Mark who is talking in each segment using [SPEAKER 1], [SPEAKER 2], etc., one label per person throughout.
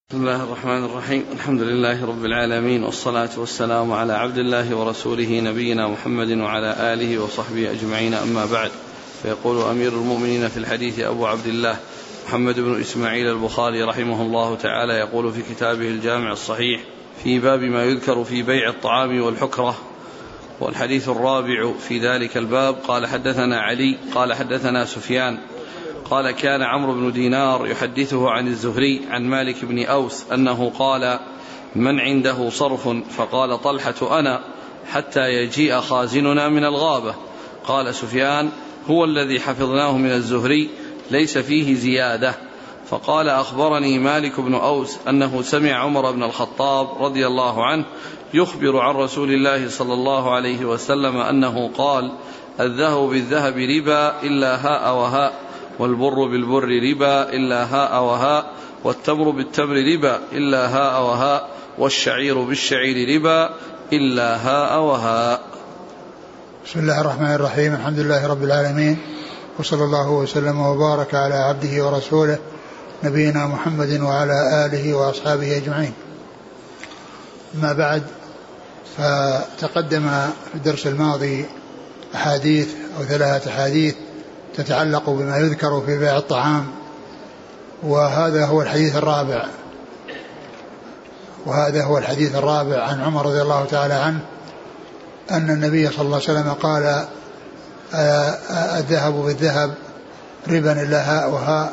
[SPEAKER 1] بسم الله الرحمن الرحيم. الحمد لله رب العالمين، والصلاة والسلام على عبد الله ورسوله نبينا محمد وعلى آله وصحبه أجمعين، أما بعد. فيقول أمير المؤمنين في الحديث أبو عبد الله محمد بن إسماعيل البخاري رحمه الله تعالى، يقول في كتابه الجامع الصحيح في باب ما يذكر في بيع الطعام والحكرة. والحديث الرابع في ذلك الباب. قال حدثنا علي قال حدثنا سفيان قال كان عمرو بن دينار يحدثه عن الزهري عن مالك بن أوس أنه قال: من عنده صرف؟ فقال طلحة: أنا، حتى يجيء خازننا من الغابة. قال سفيان: هو الذي حفظناه من الزهري، ليس فيه زيادة. فقال: أخبرني مالك بن أوس أنه سمع عمر بن الخطاب رضي الله عنه يخبر عن رسول الله صلى الله عليه وسلم أنه قال: الذهب بالذهب ربا إلا هاء وهاء، والبر بالبر ربا إلا هاء وهاء، والتمر بالتمر ربا إلا هاء وهاء، والشعير بالشعير ربا إلا هاء وهاء.
[SPEAKER 2] بسم الله الرحمن الرحيم. الحمد لله رب العالمين، وصلى الله وسلم وبارك على عبده ورسوله نبينا محمد وعلى آله وأصحابه أجمعين. ما بعد، فتقدم في الدرس الماضي أحاديث أو 3 أحاديث تتعلق بما يذكر في بيع الطعام، وهذا هو الحديث الرابع عن عمر رضي الله تعالى عنه أن النبي صلى الله عليه وسلم قال: الذهب بالذهب ربا إلا هاء وهاء،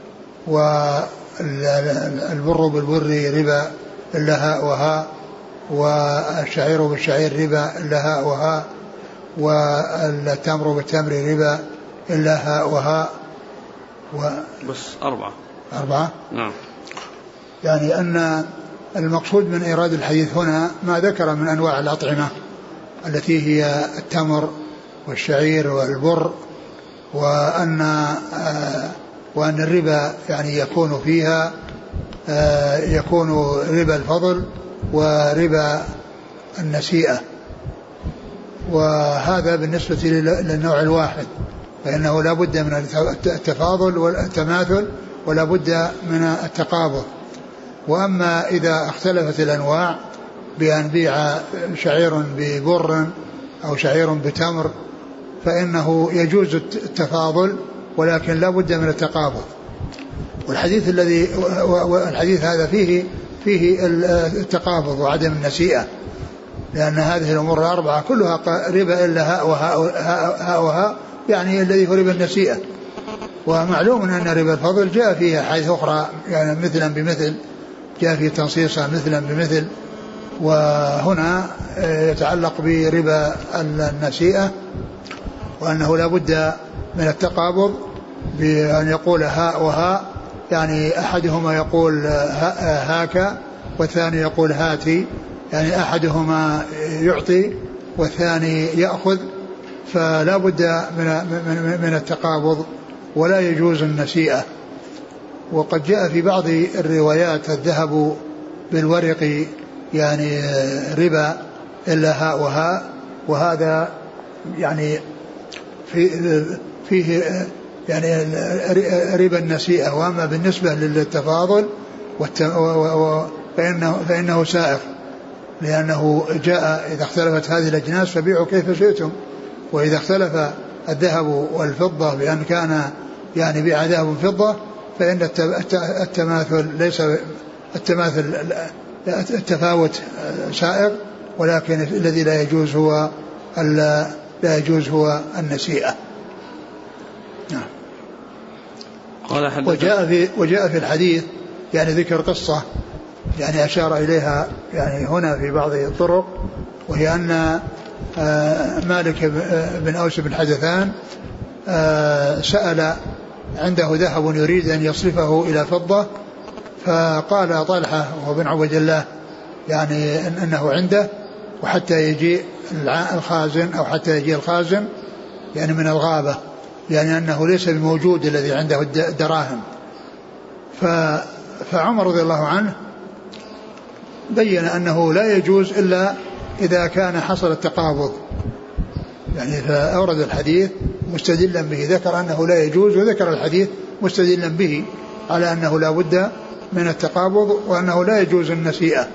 [SPEAKER 2] والبر بالبر ربا إلا هاء وهاء، والشعير بالشعير ربا إلا هاء وهاء، والتمر بالتمر ربا إلا هاء وهاء.
[SPEAKER 1] بس 4. نعم.
[SPEAKER 2] يعني أن المقصود من إيراد الحديث هنا ما ذكر من أنواع الأطعمة التي هي التمر والشعير والبر، وأن الربا يعني يكون فيها يكون ربا الفضل وربا النسيئة، وهذا بالنسبة للنوع الواحد، فإنه لا بد من التفاضل والتماثل ولا بد من التقابض. وأما إذا اختلفت الأنواع بأن بيع شعير ببر أو شعير بتمر فإنه يجوز التفاضل، ولكن لا بد من التقابض. والحديث هذا فيه التقابض وعدم النسيئة، لأن هذه الأمور الأربعة كلها ربا إلا هاء وهاء، يعني الذي هو ربا النسيئة. ومعلوم أن ربا الفضل جاء فيها حيث أخرى، يعني مثلا بمثل، جاء في تنصيصها مثلا بمثل، وهنا يتعلق بربا النسيئة، وأنه لا بد من التقابض بأن يقول هاء وهاء، يعني أحدهما يقول هاك والثاني يقول هاتي، يعني أحدهما يعطي والثاني يأخذ، فلا بد من التقابض ولا يجوز النسيئة. وقد جاء في بعض الروايات الذهب بالورق يعني ربا إلا هاء وهاء، وهذا يعني فيه يعني ربا النسيئة. وأما بالنسبة للتفاضل فإنه سائغ، لأنه جاء: إذا اختلفت هذه الأجناس فبيعوا كيف شئتم. وإذا اختلف الذهب والفضة بأن كان يعني بيع ذهب وفضة فإن التماثل ليس التفاوت سائغ، ولكن الذي لا يجوز هو النسيئة. وجاء في الحديث يعني ذكر قصة يعني أشار إليها يعني هنا في بعض الطرق، وهي أن مالك بن أوس بن حدثان سأل عنده ذهب يريد أن يصرفه إلى فضة، فقال طلحة وهو بن عبد الله يعني أنه عنده، وحتى يجيء الخازن أو حتى يجيء الخازن يعني من الغابة، يعني أنه ليس بموجود الذي عنده الدراهم. فعمر رضي الله عنه بين أنه لا يجوز إلا إذا كان حصل التقابض، يعني فأورد الحديث مستدلا به، ذكر أنه لا يجوز وذكر الحديث مستدلا به على أنه لا بد من التقابض وأنه لا يجوز النسيئة.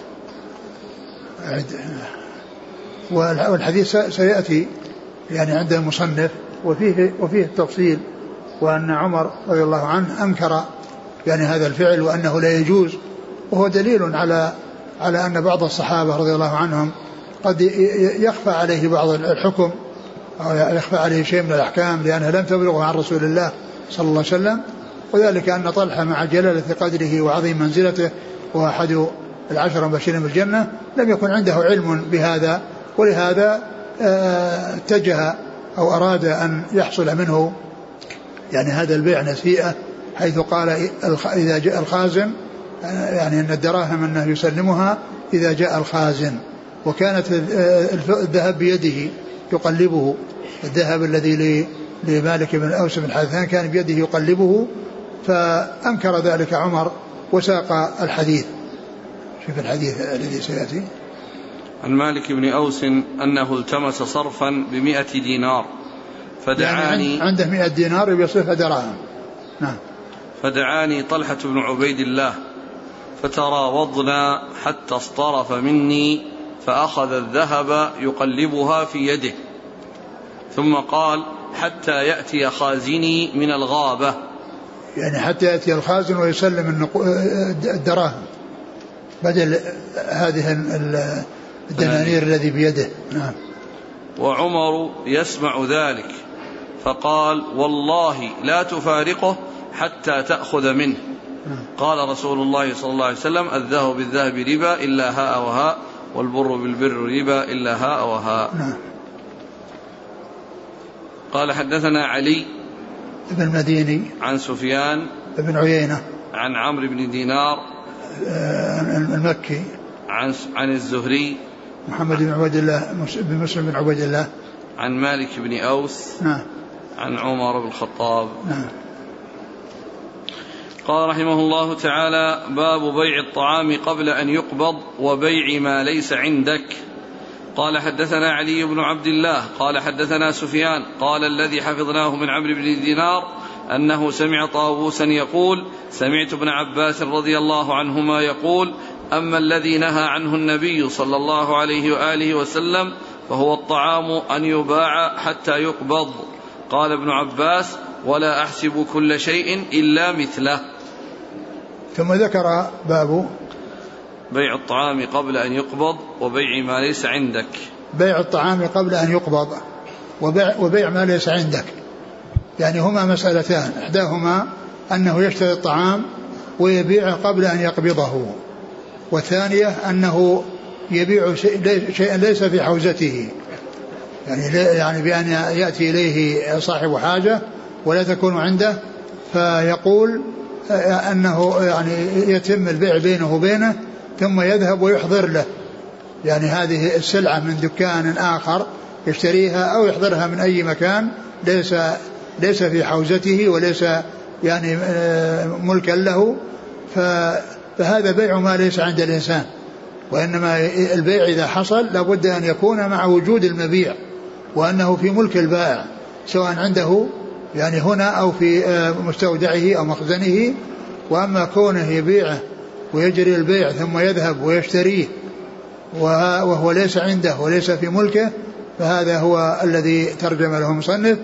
[SPEAKER 2] والحديث سيأتي يعني عند المصنف وفيه التفصيل، وأن عمر رضي الله عنه أنكر يعني هذا الفعل وأنه لا يجوز، وهو دليل على أن بعض الصحابة رضي الله عنهم قد يخفى عليه بعض الحكم أو يخفى عليه شيء من الأحكام لأنها لم تبلغه عن رسول الله صلى الله عليه وسلم. وذلك أن طلحة مع جلالة قدره وعظيم منزلته وأحد العشر المبشرين بالجنة لم يكن عنده علم بهذا، ولهذا اتجه أو أراد أن يحصل منه يعني هذا البيع نسيئة، حيث قال إذا جاء الخازن يعني أن الدراهم أنه يسلمها إذا جاء الخازن. وكانت الذهب بيده يقلبه، الذهب الذي لمالك بن أوس بن حارثة كان بيده يقلبه، فأنكر ذلك عمر وساق الحديث. شوف الحديث الذي سيأتي.
[SPEAKER 1] عن مالك بن أوس أنه التمس صرفا ب100 دينار فدعاني،
[SPEAKER 2] يعني عنده 100 دينار يصرفها دراهم. نعم.
[SPEAKER 1] فدعاني طلحة بن عبيد الله فتراوضنا حتى اصطرف مني فأخذ الذهب يقلبها في يده، ثم قال حتى يأتي خازني من الغابة،
[SPEAKER 2] يعني حتى يأتي الخازن ويسلم الدراهم بدل هذه الدنانير الذي بيده. نعم.
[SPEAKER 1] وعمر يسمع ذلك فقال والله لا تفارقه حتى تأخذ منه. قال رسول الله صلى الله عليه وسلم الذهب بالذهب ربا إلا هاء وهاء، والبر بالبر ربا إلا هاء وهاء. قال حدثنا علي
[SPEAKER 2] بن المديني
[SPEAKER 1] عن سفيان
[SPEAKER 2] بن عيينة
[SPEAKER 1] عن عمرو بن دينار
[SPEAKER 2] المكي
[SPEAKER 1] عن الزهري
[SPEAKER 2] محمد بن عبد الله بن مسلم بن عبد الله
[SPEAKER 1] عن مالك بن أوس عن عمر بن الخطاب. قال رحمه الله تعالى باب بيع الطعام قبل أن يقبض وبيع ما ليس عندك. قال حدثنا علي بن عبد الله قال حدثنا سفيان قال الذي حفظناه من عمرو بن دينار أنه سمع طاووسا يقول سمعت ابن عباس رضي الله عنهما يقول أما الذي نهى عنه النبي صلى الله عليه وآله وسلم فهو الطعام أن يباع حتى يقبض. قال ابن عباس ولا أحسب كل شيء إلا مثله.
[SPEAKER 2] ثم ذكر باب
[SPEAKER 1] بيع الطعام قبل أن يقبض وبيع ما ليس عندك.
[SPEAKER 2] بيع الطعام قبل أن يقبض وبيع ما ليس عندك، يعني هما مسألتان، إحداهما أنه يشتري الطعام ويبيعه قبل أن يقبضه، والثانية أنه يبيع شيئا ليس في حوزته، يعني بأن يأتي إليه صاحب حاجة ولا تكون عنده فيقول أنه يعني يتم البيع بينه وبينه ثم يذهب ويحضر له يعني هذه السلعة من دكان آخر يشتريها أو يحضرها من أي مكان ليس في حوزته وليس يعني ملكا له، فهذا بيع ما ليس عند الإنسان. وإنما البيع إذا حصل لابد أن يكون مع وجود المبيع وأنه في ملك البائع سواء عنده يعني هنا أو في مستودعه أو مخزنه. وأما كونه يبيعه ويجري البيع ثم يذهب ويشتريه وهو ليس عنده وليس في ملكه فهذا هو الذي ترجم له المصنف.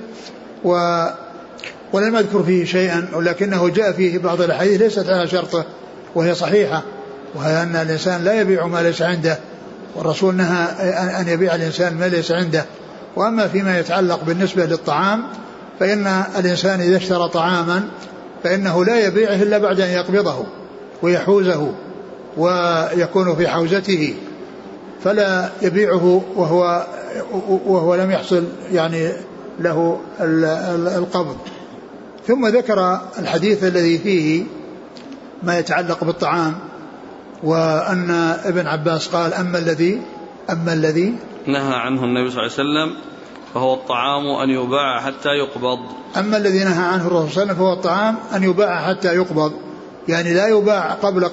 [SPEAKER 2] ولم أذكر فيه شيئا ولكنه جاء فيه بعض الأحاديث ليست على شرطه وهي صحيحة، وهي أن الإنسان لا يبيع ما ليس عنده، والرسول نهى أن يبيع الإنسان ما ليس عنده. وأما فيما يتعلق بالنسبة للطعام فإن الإنسان إذا اشترى طعاما فإنه لا يبيعه إلا بعد أن يقبضه ويحوزه ويكون في حوزته، فلا يبيعه وهو لم يحصل يعني له القبض. ثم ذكر الحديث الذي فيه ما يتعلق بالطعام، وأن ابن عباس قال أما الذي
[SPEAKER 1] نهى عنه النبي صلى الله عليه وسلم فهو الطعام أن يباع حتى يقبض.
[SPEAKER 2] أما الذي نهى عنه الرسول صلى الله عليه وسلم فهو الطعام أن يباع حتى يقبض، يعني لا يباع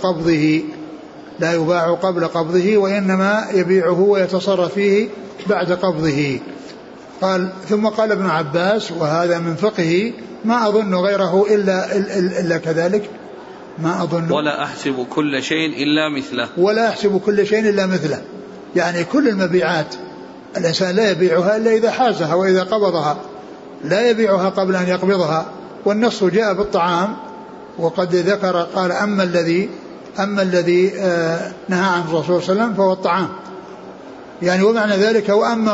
[SPEAKER 2] قبل قبضه وإنما يبيعه ويتصرف فيه بعد قبضه. قال ثم قال ابن عباس وهذا من فقهه ما أظن غيره إلا كذلك ما أظن
[SPEAKER 1] ولا أحسب كل شيء إلا مثله.
[SPEAKER 2] ولا أحسب كل شيء إلا مثله، يعني كل المبيعات الإنسان لا يبيعها إلا إذا حازها وإذا قبضها، لا يبيعها قبل أن يقبضها. والنص جاء بالطعام، وقد ذكر قال أما الذي نهى عن الرسول صلى الله عليه وسلم فهو الطعام، يعني ومعنى ذلك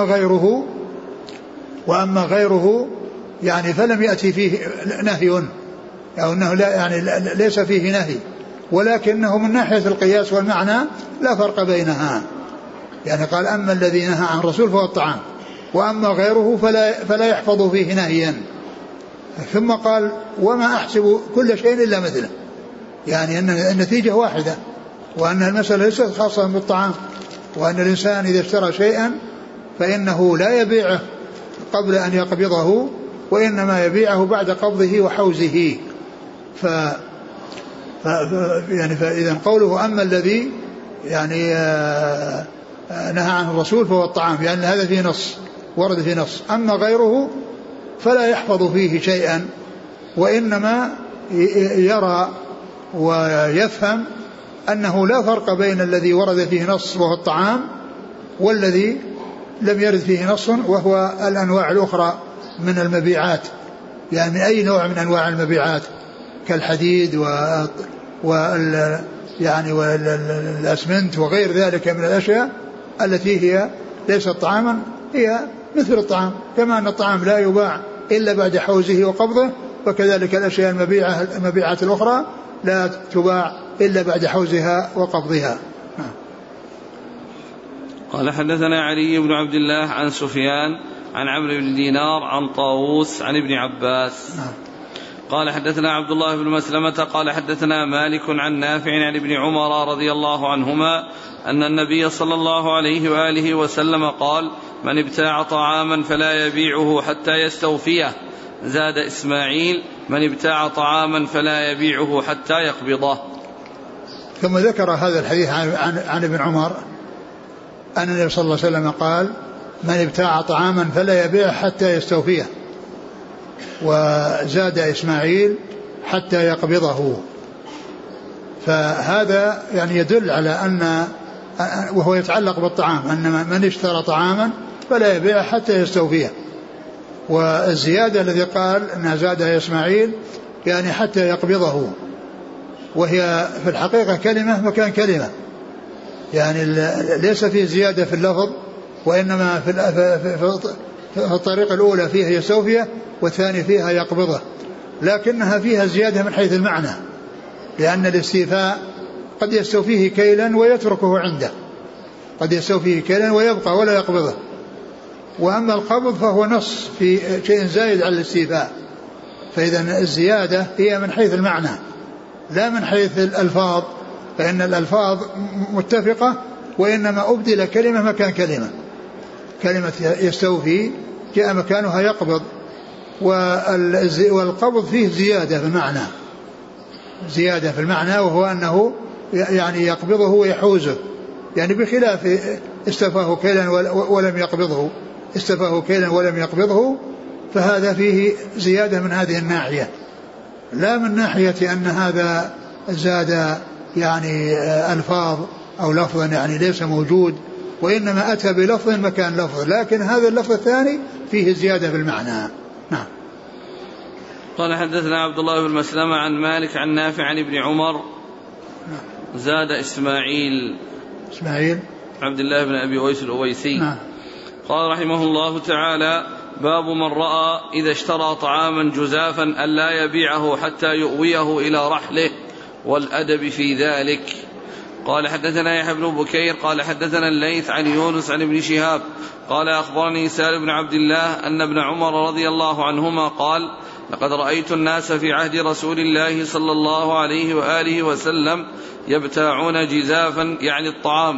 [SPEAKER 2] وأما غيره يعني فلم يأتي فيه نهي، أو أنه لا يعني ليس فيه نهي، ولكنه من ناحية القياس والمعنى لا فرق بينها. يعني قال أما الذي نهى عن الرسول فهو الطعام، وأما غيره فلا يحفظ فيه نهيا. ثم قال وما أحسب كل شيء إلا مثله، يعني أن النتيجة واحدة، وأن المسألة ليست خاصة بالطعام، وأن الإنسان إذا اشترى شيئا فإنه لا يبيعه قبل أن يقبضه، وإنما يبيعه بعد قبضه وحوزه. يعني فإذا قوله أما الذي يعني نهى عنه الرسول فهو الطعام، يعني هذا فيه نص، ورد فيه نص. أما غيره فلا يحفظ فيه شيئا، وإنما يرى ويفهم أنه لا فرق بين الذي ورد فيه نص وهو الطعام والذي لم يرد فيه نص وهو الأنواع الأخرى من المبيعات، يعني من أي نوع من أنواع المبيعات كالحديد يعني والأسمنت وغير ذلك من الأشياء التي هي ليست طعاما، هي مثل الطعام، كما أن الطعام لا يباع إلا بعد حوزه وقبضه، وكذلك الأشياء المبيعات الأخرى لا تباع إلا بعد حوزها وقبضها.
[SPEAKER 1] قال حدثنا علي بن عبد الله عن سفيان عن عمرو بن دينار عن طاووس عن ابن عباس قال حدثنا عبد الله بن مسلمة قال حدثنا مالك عن نافع عن ابن عمر رضي الله عنهما أن النبي صلى الله عليه وآله وسلم قال من ابتاع طعاما فلا يبيعه حتى يستوفيه. زاد إسماعيل من ابتاع طعاما فلا يبيعه حتى يقبضه.
[SPEAKER 2] ثم ذكر هذا الحديث عن ابن عمر أن النبي صلى الله عليه وسلم قال من ابتاع طعاما فلا يبيعه حتى يستوفيه، وزاد إسماعيل حتى يقبضه. فهذا يعني يدل على أن، وهو يتعلق بالطعام، أن من اشترى طعاما فلا يبيعه حتى يستوفيه. والزيادة الذي قال أنها زادها إسماعيل يعني حتى يقبضه، وهي في الحقيقة كلمة مكان كلمة، يعني ليس فيه زيادة في اللفظ، وإنما في الطريقة الأولى فيها يستوفيه والثاني فيها يقبضه، لكنها فيها زيادة من حيث المعنى، لأن الاستيفاء قد يستوفيه كيلا ويتركه عنده، قد يستوفيه كيلا ويبقى ولا يقبضه. وأما القبض فهو نص في شيء زايد على الاستيفاء، فإذا الزيادة هي من حيث المعنى لا من حيث الألفاظ، فإن الألفاظ متفقة، وإنما أبدل كلمة مكان كلمة. كلمة يستوفي جاء مكانها يقبض، والقبض فيه زيادة في المعنى، زيادة في المعنى، وهو أنه يعني يقبضه ويحوزه، يعني بخلاف استفاه كيلا ولم يقبضه، استفاه كيلا ولم يقبضه، فهذا فيه زيادة من هذه الناحية، لا من ناحية أن هذا زاد يعني ألفاظ أو لفظا يعني ليس موجود، وإنما أتى بلفظ مكان لفظ، لكن هذا اللفظ الثاني فيه زيادة في المعنى. نعم.
[SPEAKER 1] قال حدثنا عبد الله بن مسلمة عن مالك عن نافع عن ابن عمر. زاد إسماعيل عبد الله بن أبي أويس الأويسي. قال رحمه الله تعالى: باب من رأى إذا اشترى طعاما جزافا ألا يبيعه حتى يؤويه إلى رحله والأدب في ذلك. قال حدثنا يحيى بن بكير قال حدثنا الليث عن يونس عن ابن شهاب قال أخبرني سالم بن عبد الله أن ابن عمر رضي الله عنهما قال: لقد رأيت الناس في عهد رسول الله صلى الله عليه وآله وسلم يبتاعون جزافا يعني الطعام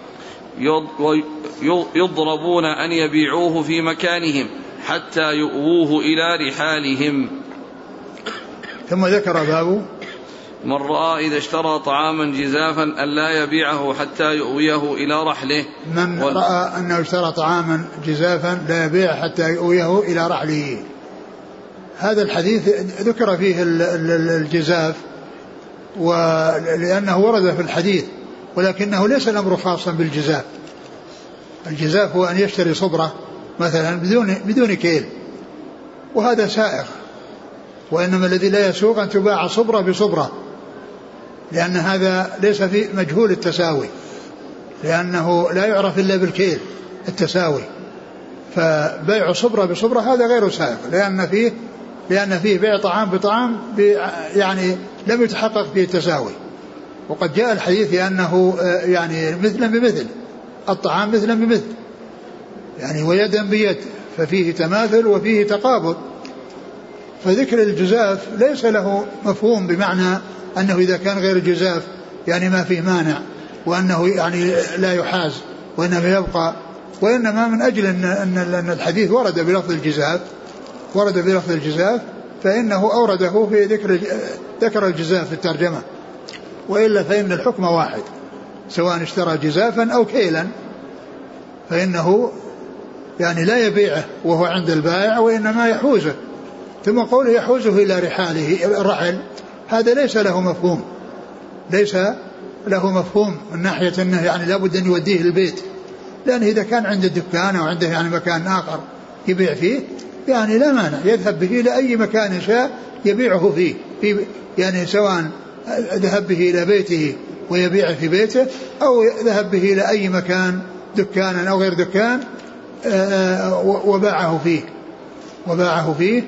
[SPEAKER 1] يضربون أن يبيعوه في مكانهم حتى يؤووه إلى رحالهم.
[SPEAKER 2] ثم ذكر باب
[SPEAKER 1] من رأى إذا اشترى طعاما جزافا ألا يبيعه حتى يؤويه إلى رحله.
[SPEAKER 2] من رأى أنه اشترى طعاما جزافا لا يبيع حتى يؤويه إلى رحله. هذا الحديث ذكر فيه الجزاف، ولأنه ورد في الحديث، ولكنه ليس الأمر خاصا بالجزاف. الجزاف هو أن يشتري صبرة مثلا بدون كيل، وهذا سائغ. وإنما الذي لا يسوق أن تباع صبرة بصبرة، لأن هذا ليس في مجهول التساوي، لأنه لا يعرف إلا بالكيل التساوي. فبيع صبرة بصبرة هذا غير سائغ، لأن فيه بيع طعام بطعام يعني لم يتحقق فيه التساوي. وقد جاء الحديث أنه يعني مثلا بمثل، الطعام مثلا بمثل، يعني ويدا بيد، ففيه تماثل وفيه تقابض. فذكر الجزاف ليس له مفهوم بمعنى أنه إذا كان غير الجزاف يعني ما فيه مانع، وأنه يعني لا يحاز وإنما يبقى، وإنما من أجل أن الحديث ورد بلفظ الجزاف فإنه أورده في ذكر الجزاف في الترجمة، وإلا فإن الحكم واحد، سواء اشترى جزافا أو كيلا فإنه يعني لا يبيعه وهو عند البائع، وإنما يحوزه. ثم قوله يحوزه إلى رحاله الرحل، هذا ليس له مفهوم من ناحية أنه يعني لابد أن يوديه البيت، لأنه إذا كان عنده دكان أو عنده يعني مكان آخر يبيع فيه يعني لا مانع، يذهب به إلى أي مكان شاء يبيعه فيه يعني سواء ذهب به إلى بيته ويبيع في بيته، أو ذهب به إلى أي مكان دكان أو غير دكان وباعه فيه.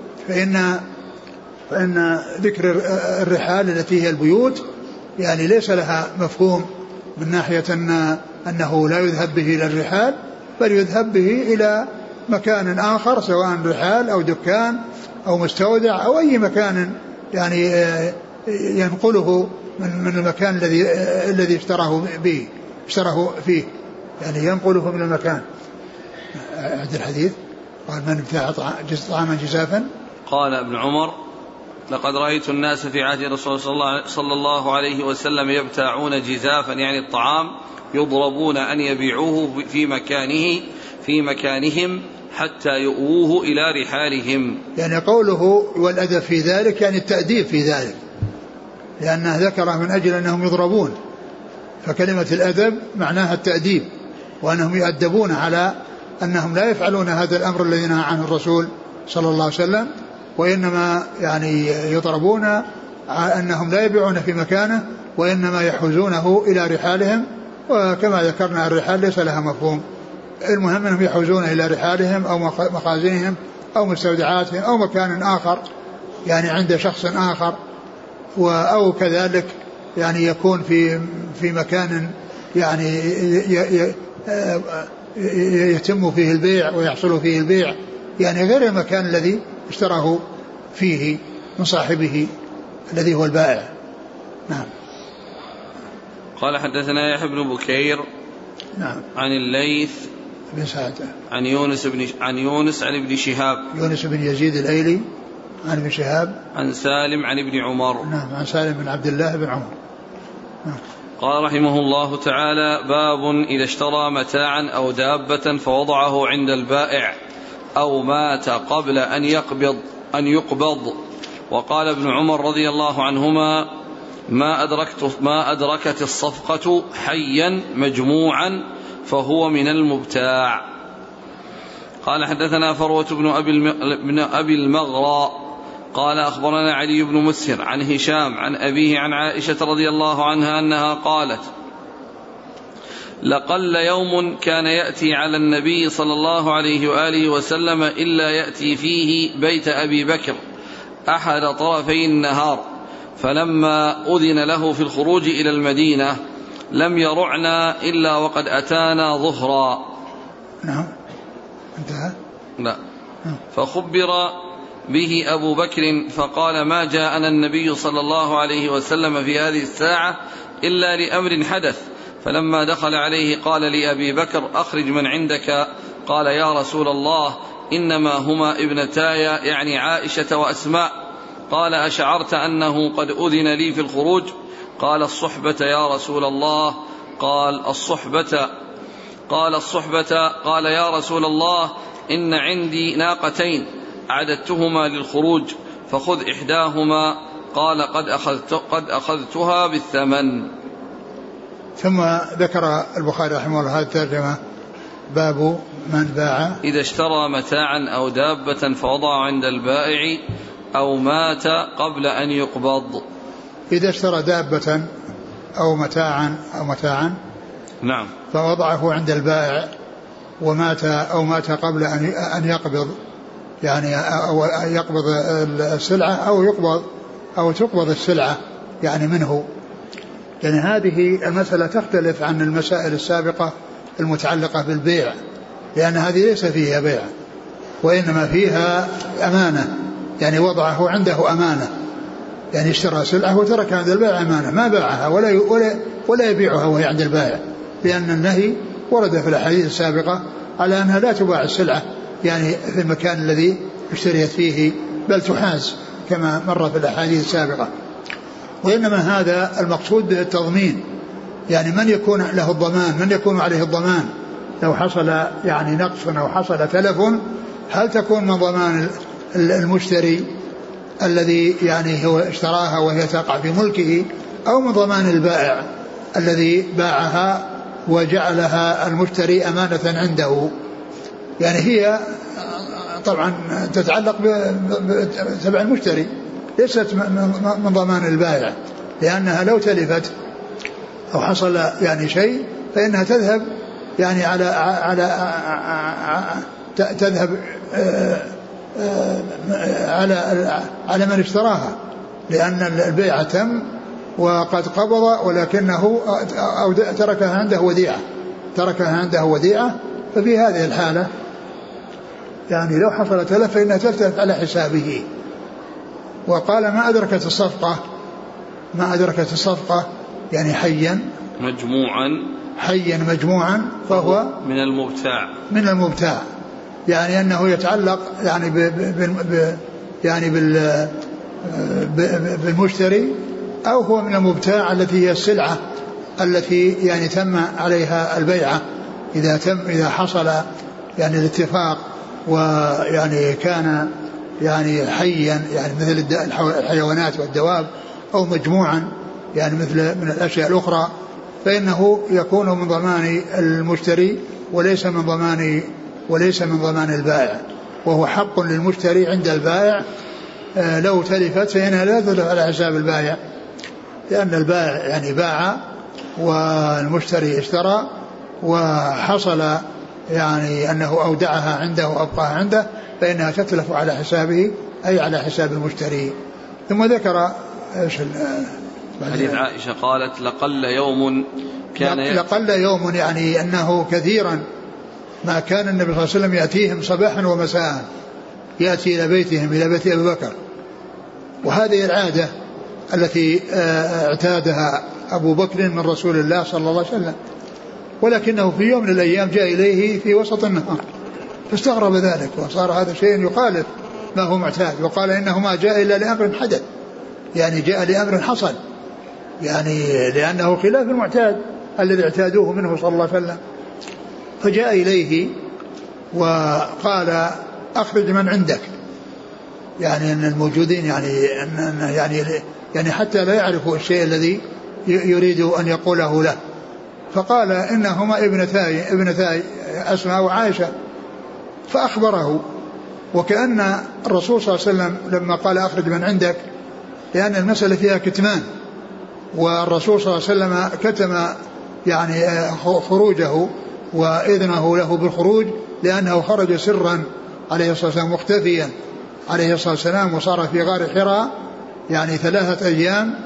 [SPEAKER 2] فإن ذكر الرحال التي هي البيوت يعني ليس لها مفهوم من ناحية أنه لا يذهب به إلى الرحال، بل يذهب به إلى مكان آخر، سواء رحال أو دكان أو مستودع أو أي مكان يعني ينقله من المكان الذي اشتراه فيه، يعني ينقله من المكان. عند الحديث قال من ابتاع طعاما جزافا،
[SPEAKER 1] قال ابن عمر لقد رأيت الناس في عهد رسول صلى الله عليه وسلم يبتاعون جزافا يعني الطعام، يضربون أن يبيعوه في مكانهم حتى يؤووه إلى رحالهم.
[SPEAKER 2] يعني قوله والأدب في ذلك يعني التأديب في ذلك، لأنه ذكره من أجل أنهم يضربون، فكلمة الأدب معناها التأديب، وأنهم يؤدبون على أنهم لا يفعلون هذا الأمر الذي نهى عنه الرسول صلى الله عليه وسلم، وإنما يعني يضربون أنهم لا يبيعون في مكانه، وإنما يحوزونه إلى رحالهم. وكما ذكرنا الرحال ليس لها مفهوم، المهم أنهم يحوزون إلى رحالهم أو مخازنهم أو مستودعاتهم أو مكان آخر يعني عند شخص آخر، أو كذلك يعني يكون في مكان يعني يتم فيه البيع ويحصل فيه البيع، يعني غير المكان الذي اشتراه فيه من صاحبه الذي هو البائع. نعم.
[SPEAKER 1] قال حدثنا يحيى بن بكير
[SPEAKER 2] نعم
[SPEAKER 1] عن الليث
[SPEAKER 2] بن سعد
[SPEAKER 1] عن يونس عن ابن شهاب،
[SPEAKER 2] يونس بن يزيد الأيلي عن ابن شهاب
[SPEAKER 1] عن سالم عن ابن عمر.
[SPEAKER 2] نعم عن سالم بن عبد الله بن عمر. نعم.
[SPEAKER 1] قال رحمه الله تعالى: باب إذا اشترى متاعا أو دابة فوضعه عند البائع أو مات قبل أن يقبض. وقال ابن عمر رضي الله عنهما: ما أدركت الصفقة حيا مجموعا فهو من المبتاع. قال حدثنا فروة بن أبي المغرى قال أخبرنا علي بن مسهر عن هشام عن أبيه عن عائشة رضي الله عنها أنها قالت: لقل يوم كان يأتي على النبي صلى الله عليه وآله وسلم إلا يأتي فيه بيت أبي بكر أحد طرفي النهار، فلما أذن له في الخروج إلى المدينة لم يرعنا إلا وقد أتانا ظهرا.
[SPEAKER 2] نعم انتهى.
[SPEAKER 1] لا. فخبر به أبو بكر فقال: ما جاءنا النبي صلى الله عليه وسلم في هذه الساعة إلا لأمر حدث. فلما دخل عليه قال لأبي بكر: أخرج من عندك. قال: يا رسول الله إنما هما ابنتاي يعني عائشة وأسماء. قال: أشعرت أنه قد أذن لي في الخروج؟ قال: الصحبة يا رسول الله. قال: الصحبة. قال: يا رسول الله إن عندي ناقتين أعددتهما للخروج، فخذ إحداهما. فقال قد أخذتها بالثمن.
[SPEAKER 2] ثم ذكر البخاري رحمه الله هذه الترجمة: باب من باع
[SPEAKER 1] إذا اشترى متاعا أو دابة فوضع عند البائع أو مات قبل أن يقبض.
[SPEAKER 2] إذا اشترى دابة أو متاعا
[SPEAKER 1] نعم
[SPEAKER 2] فوضعه عند البائع ومات أو مات قبل أن يقبض، يعني أو يقبض السلعة أو تقبض السلعة يعني منه. يعني هذه المسألة تختلف عن المسائل السابقة المتعلقة بالبيع، لأن هذه ليس فيها بيع وإنما فيها أمانة، يعني وضعه عنده أمانة، يعني اشترى سلعة وتركها عند البائع أمانة، ما باعها ولا يبيعها وهي عند البائع، لأن النهي ورد في الأحاديث السابقة على أنها لا تباع السلعة يعني في المكان الذي اشتريت فيه، بل تحاز كما مر في الأحاديث السابقة. وإنما هذا المقصود به التضمين، يعني من يكون له الضمان، من يكون عليه الضمان لو حصل يعني نقص أو حصل تلف، هل تكون من ضمان المشتري الذي يعني هو اشتراها وهي تقع في ملكه، أو من ضمان البائع الذي باعها وجعلها المشتري أمانة عنده. يعني هي طبعا تتعلق بتبع المشتري، ليست من ضمان البائع، لأنها لو تلفت أو حصل يعني شيء فإنها تذهب يعني تذهب على من اشتراها، لأن البيع تم وقد قبض، ولكنه أو تركها عنده وديعة. ففي هذه الحالة يعني لو حصل تلف فإنها تلتف على حسابه. وقال ما أدركت الصفقة يعني حيا مجموعا فهو من المبتاع، يعني أنه يتعلق يعني بالمشتري، أو هو من المبتاع التي هي السلعة التي يعني تم عليها البيعة، إذا حصل يعني الاتفاق ويعني كان يعني حيا يعني مثل الحيوانات والدواب، أو مجموعا يعني مثل من الأشياء الأخرى، فإنه يكون من ضمان المشتري وليس من ضمان البائع، وهو حق للمشتري عند البائع. لو تلفت فإنها لا تلف على حساب البائع، لأن البائع يعني باع والمشتري اشترى، وحصل يعني أنه أودعها عنده وأبقاها عنده، فإنها تتلف على حسابه أي على حساب المشتري. ثم ذكر
[SPEAKER 1] حديث عائشة قالت لقل يوم
[SPEAKER 2] يعني أنه كثيرا ما كان النبي صلى الله عليه وسلم يأتيهم صباحا ومساء، يأتي إلى بيتهم إلى بيت أبي بكر، وهذه العادة التي اعتادها أبو بكر من رسول الله صلى الله عليه وسلم، ولكنه في يوم من الأيام جاء إليه في وسط النهار فاستغرب ذلك، وصار هذا شيء يخالف ما هو معتاد، وقال إنه ما جاء إلا لأمر حدث، يعني جاء لأمر حصل، يعني لأنه خلاف المعتاد الذي اعتادوه منه صلى الله عليه وسلم. فجاء إليه وقال أخرج من عندك، يعني أن الموجودين يعني حتى لا يعرفوا الشيء الذي يريد أن يقوله له. فقال إنهما ابنتاي أسماء وعائشة، فأخبره. وكأن الرسول صلى الله عليه وسلم لما قال أخرج من عندك، لأن المسألة فيها كتمان، والرسول صلى الله عليه وسلم كتم يعني خروجه وإذنه له بالخروج، لأنه خرج سرا عليه الصلاة والسلام مختفيا عليه الصلاة والسلام، وصار في غار حراء يعني 3 أيام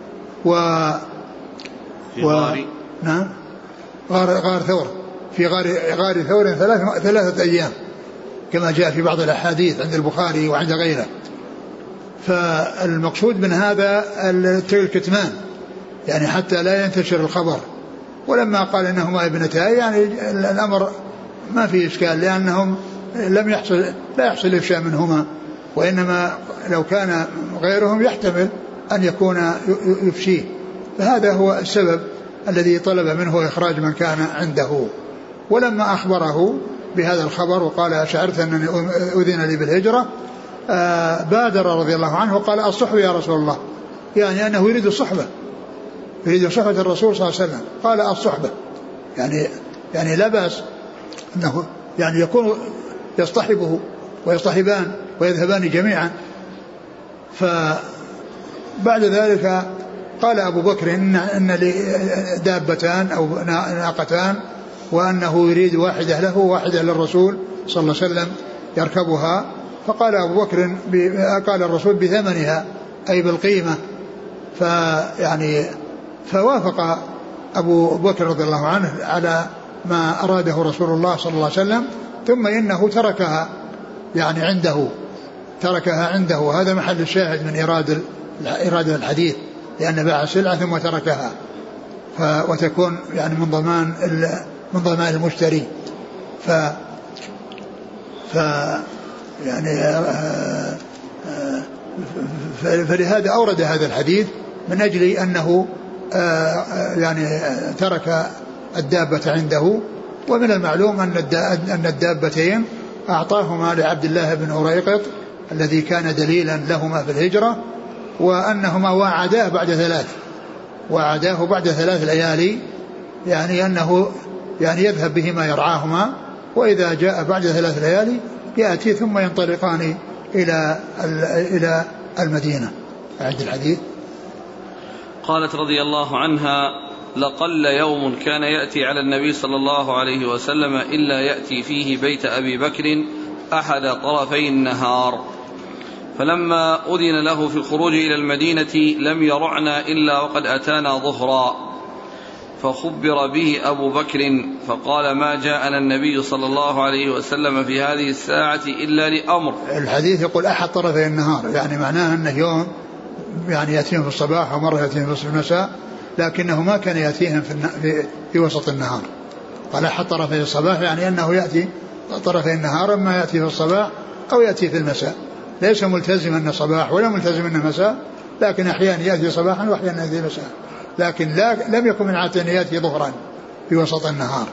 [SPEAKER 2] نعم غار ثور، في غار ثور 3 أيام كما جاء في بعض الأحاديث عند البخاري وعند غيره. فالمقصود من هذا الكتمان، يعني حتى لا ينتشر الخبر. ولما قال إنهما ابنتاي يعني الأمر ما فيه إشكال، لأنهم لا يحصل إفشاء منهما، وإنما لو كان غيرهم يحتمل أن يكون يفشيه. فهذا هو السبب الذي طلب منه إخراج من كان عنده. ولما أخبره بهذا الخبر وقال شعرت أنني أذن لي بالهجرة، بادر رضي الله عنه وقال أصحوا يا رسول الله، يعني أنه يريد الصحبة، يريد صحبة الرسول صلى الله عليه وسلم. قال الصحبة يعني لا بأس أنه يعني يكون يصطحبه ويصطحبان ويذهبان جميعا. فبعد ذلك قال أبو بكر إن لي دابتان أو ناقتان، وأنه يريد واحدة له وواحدة للرسول صلى الله عليه وسلم يركبها. فقال أبو بكر قال الرسول بثمنها أي بالقيمة. فيعني فوافق أبو بكر رضي الله عنه على ما أراده رسول الله صلى الله عليه وسلم، ثم إنه تركها يعني عنده، تركها عنده. هذا محل الشاهد من إرادة الحديث، لأن باع سلعة ثم تركها، وتكون يعني من ضمان المشتري. يعني فلهذا أورد هذا الحديث من أجل أنه يعني ترك الدابة عنده. ومن المعلوم أن الدابتين أعطاهما لعبد الله بن أريقط الذي كان دليلا لهما في الهجرة، وأنهما وعداه بعد 3 ليالي، يعني أنه يعني يذهب بهما يرعاهما، وإذا جاء بعد 3 ليالي يأتي ثم ينطلقان إلى المدينة. أعد الحديث.
[SPEAKER 1] قالت رضي الله عنها: لقل يوم كان يأتي على النبي صلى الله عليه وسلم إلا يأتي فيه بيت أبي بكر أحد طرفي النهار، فلما أذن له في الخروج إلى المدينة لم يرعنا إلا وقد أتانا ظهرا، فخبر به أبو بكر فقال: ما جاءنا النبي صلى الله عليه وسلم في هذه الساعة إلا لأمر.
[SPEAKER 2] الحديث يقول أحد طرفي النهار، يعني معناه أنه يوم يعني يأتيهم في الصباح ومرة يأتيهم في المساء، لكنه ما كان يأتيهم في وسط النهار. قال أحد طرفي الصباح، يعني أنه يأتي طرفي النهار، اما يأتي في الصباح أو يأتي في المساء، ليس ملتزم أن صباح ولا ملتزم أن مساء، لكن أحيانا يأتي صباحا وأحيانا يأتي مساء، لكن لم يكن من عادته أن يأتي ظهرا في وسط النهار.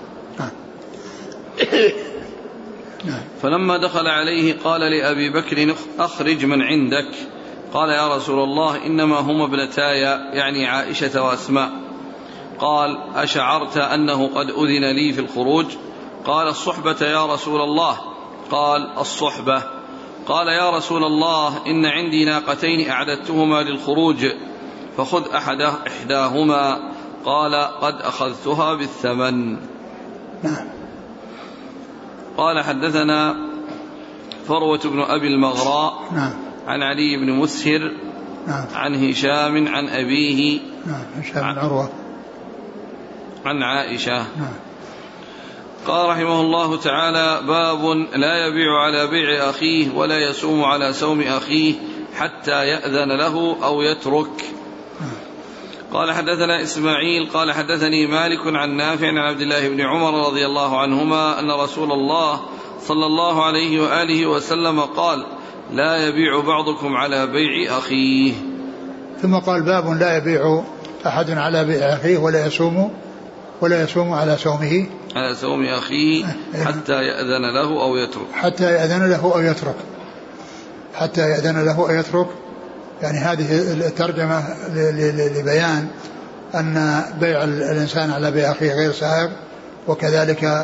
[SPEAKER 1] فلما دخل عليه قال لأبي بكر: أخرج من عندك. قال: يا رسول الله إنما هما ابنتاي، يعني عائشة وأسماء. قال: أشعرت أنه قد أذن لي في الخروج؟ قال: الصحبة يا رسول الله. قال: الصحبة. قال: يا رسول الله إن عندي ناقتين أعددتهما للخروج، فخذ إحداهما. قال: قد أخذتها بالثمن. قال: حدثنا فروة بن أبي المغراء عن علي بن مسهر عن هشام عن أبيه
[SPEAKER 2] هشام بن عروة
[SPEAKER 1] عن عائشة. قال رحمه الله تعالى: باب لا يبيع على بيع أخيه ولا يسوم على سوم أخيه حتى يأذن له أو يترك. قال: حدثنا إسماعيل قال: حدثني مالك عن نافع عن عبد الله بن عمر رضي الله عنهما أن رسول الله صلى الله عليه وآله وسلم قال: لا يبيع بعضكم على بيع أخيه.
[SPEAKER 2] ثم قال: باب لا يبيع أحد على بيع أخيه ولا يسوم على سومه،
[SPEAKER 1] على سوم أخيه حتى يأذن له أو يترك.
[SPEAKER 2] حتى يأذن له أو يترك. يعني هذه الترجمة لبيان أن بيع الإنسان على بيع أخيه غير سائغ، وكذلك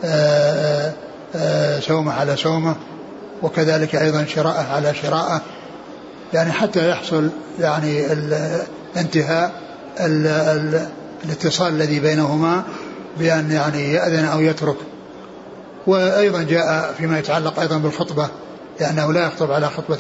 [SPEAKER 2] سومه على سومه، وكذلك أيضا شراءه على شراءه، يعني حتى يحصل يعني انتهاء الاتصال الذي بينهما بأن يعني يأذن أو يترك. وأيضا جاء فيما يتعلق أيضا بالخطبة، لأنه لا يخطب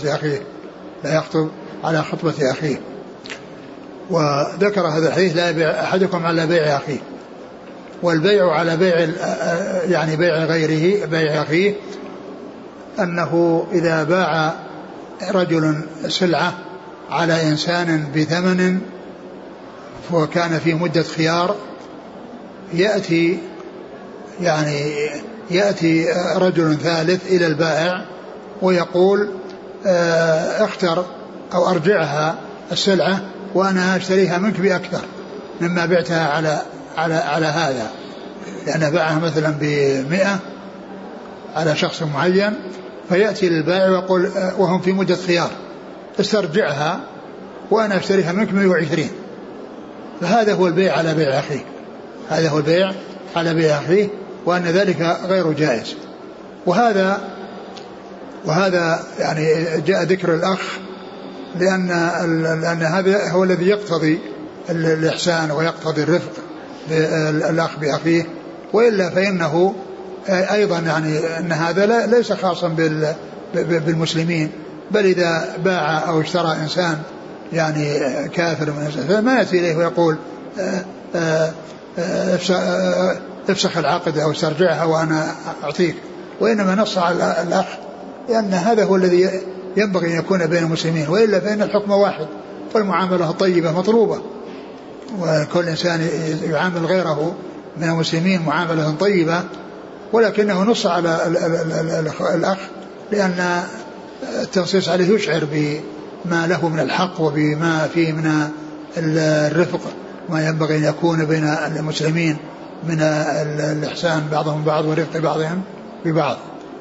[SPEAKER 2] على خطبة أخيه، وذكر هذا الحديث: لا يبيع أحدكم على بيع أخيه. والبيع على بيع يعني بيع غيره بيع أخيه أنه إذا باع رجل سلعة على إنسان بثمن وكان في مدة خيار، يأتي رجل ثالث إلى البائع ويقول: اختر أو أرجعها السلعة وأنا أشتريها منك بأكثر مما بعتها على هذا، لأنه باعها مثلا ب100 على شخص معين، فيأتي للبائع ويقول وهم في مدة خيار: استرجعها وأنا أشتريها منك 120. فهذا هو البيع على بيع أخيه، هذا هو البيع على بيع أخيه، وأن ذلك غير جائز. وهذا يعني جاء ذكر الأخ لأن هذا هو الذي يقتضي الإحسان ويقتضي الرفق بالأخ بأخيه. وإلا فإنه أيضا يعني أن هذا ليس خاصا بالمسلمين، بل إذا باع أو اشترى إنسان يعني كافر من الإنسان ما يأتي إليه ويقول افسخ العقد أو استرجعها وأنا أعطيك، وإنما نص على الأخ لأن هذا هو الذي ينبغي أن يكون بين المسلمين. وإلا فإن الحكم واحد، فالمعاملة الطيبة مطلوبة، وكل إنسان يعامل غيره من المسلمين معاملة طيبة، ولكنه نص على الأخ لأن التنصيص عليه يشعر بما له من الحق وبما فيه من الرفق، ما ينبغي أن يكون بين المسلمين من الإحسان بعضهم بعض ورفق بعضهم ببعض.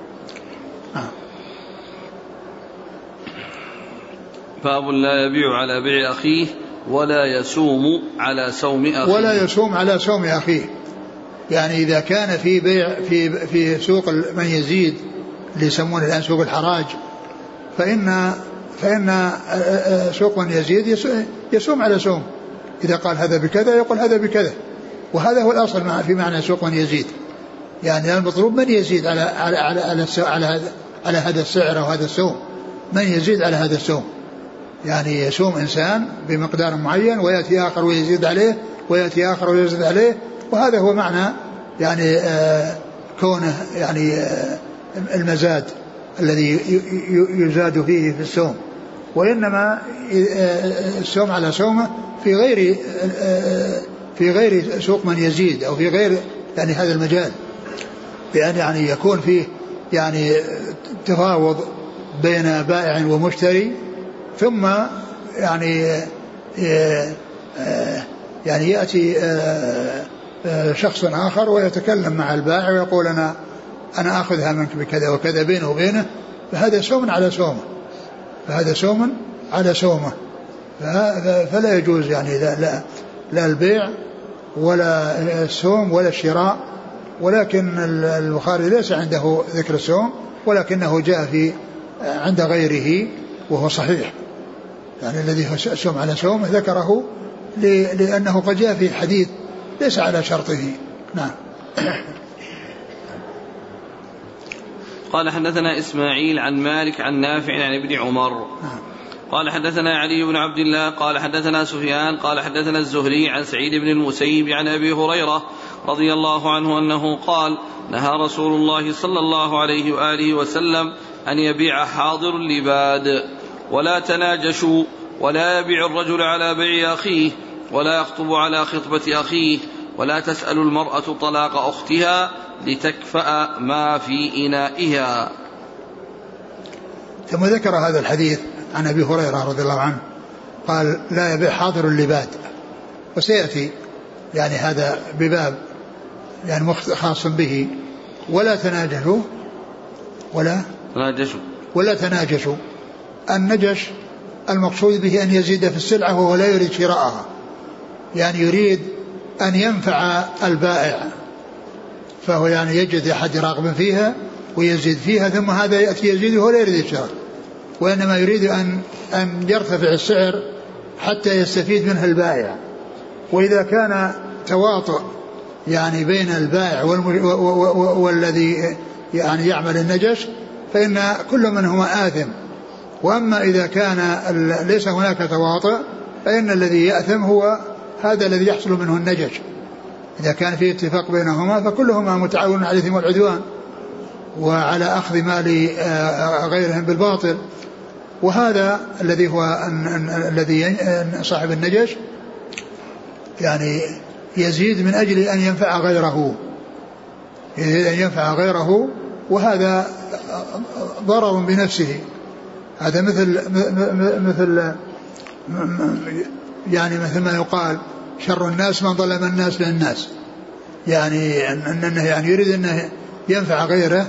[SPEAKER 1] باب لا يبيع على بيع أخيه ولا يسوم على سوم أخيه.
[SPEAKER 2] ولا يسوم على سوم أخيه، يعني إذا كان في بيع في سوق من يزيد اللي يسمونه الآن سوق الحراج، فإن سوق من يزيد يسوم على سوم، إذا قال هذا بكذا يقول هذا بكذا، وهذا هو الأصل في معنى سوق من يزيد. يعني المطلوب من يزيد على هذا السعر أو هذا السوم، من يزيد على هذا السوم، يعني يسوم إنسان بمقدار معين ويأتي آخر ويزيد عليه ويأتي آخر ويزيد عليه، وهذا هو معنى يعني كونه يعني المزاد الذي يزاد فيه في السوم. وإنما السوم على سومه في غير سوق من يزيد أو في غير يعني هذا المجال، بأن يعني يكون فيه يعني تفاوض بين بائع ومشتري، ثم يعني يأتي شخص آخر ويتكلم مع البائع ويقول أنا أخذها منك بكذا وكذا بينه وبينه، فهذا سوم على سومه، فهذا سوم على سومه، فلا يجوز يعني لا البيع ولا السوم ولا الشراء. ولكن البخاري ليس عنده ذكر السوم، ولكنه جاء في عند غيره وهو صحيح، يعني الذي هو سوم على سوم ذكره لأنه قد جاء في حديث ليس على شرطه. نعم.
[SPEAKER 1] قال حدثنا إسماعيل عن مالك عن نافع عن ابن عمر.
[SPEAKER 2] نعم.
[SPEAKER 1] قال حدثنا علي بن عبد الله قال حدثنا سفيان قال حدثنا الزهري عن سعيد بن المسيب عن أبي هريرة رضي الله عنه أنه قال نهى رسول الله صلى الله عليه وآله وسلم أن يبيع حاضر اللباد ولا تناجشوا ولا يبيع الرجل على بيع أخيه ولا يخطب على خطبة أخيه ولا تسأل المرأة طلاق أختها لتكفأ ما في إنائها.
[SPEAKER 2] ثم ذكر هذا الحديث عن أبي هريرة رضي الله عنه قال لا يبيع حاضر اللباد، وسيأتي يعني هذا بباب يعني خاص به. ولا تناجشوا ولا تناجشوا. النجش المقصود به أن يزيد في السلعة وهو لا يريد شراءها، يعني يريد أن ينفع البائع، فهو يعني يجد أحد راغب فيها ويزيد فيها، ثم هذا يأتي يزيد وهو لا يريد الشراء، وإنما يريد أن يرتفع السعر حتى يستفيد منه البائع. وإذا كان تواطؤ يعني بين البائع والذي يعني يعمل النجش فإن كل منهما آثم. وأما إذا كان ليس هناك تواطؤ فإن الذي يأثم هو هذا الذي يحصل منه النجش. إذا كان في اتفاق بينهما فكلهما متعاون على الإثم والعدوان وعلى أخذ مال غيرهم بالباطل. وهذا الذي هو الذي صاحب النجش يعني يزيد من أجل أن ينفع غيره، وهذا ضرر بنفسه. هذا مثل ما يقال شر الناس من ظلم الناس للناس، يعني أنه يعني يريد أنه ينفع غيره،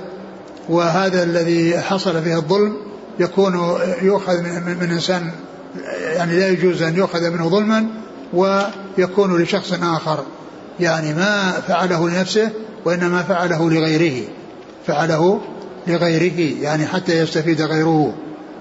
[SPEAKER 2] وهذا الذي حصل فيه الظلم يكون يؤخذ من إنسان يعني لا يجوز أن يؤخذ منه ظلما ويكون لشخص آخر، يعني ما فعله لنفسه وإنما فعله لغيره يعني حتى يستفيد غيره.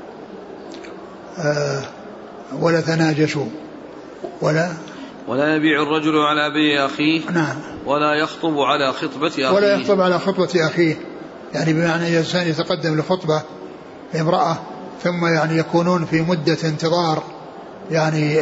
[SPEAKER 2] ولا تناجشوا ولا
[SPEAKER 1] يبيع الرجل على بيع أخيه.
[SPEAKER 2] نعم.
[SPEAKER 1] ولا يخطب على خطبة أخيه. يعني بمعنى الإنسان يتقدم لخطبة امرأة ثم يعني يكونون في مدة انتظار يعني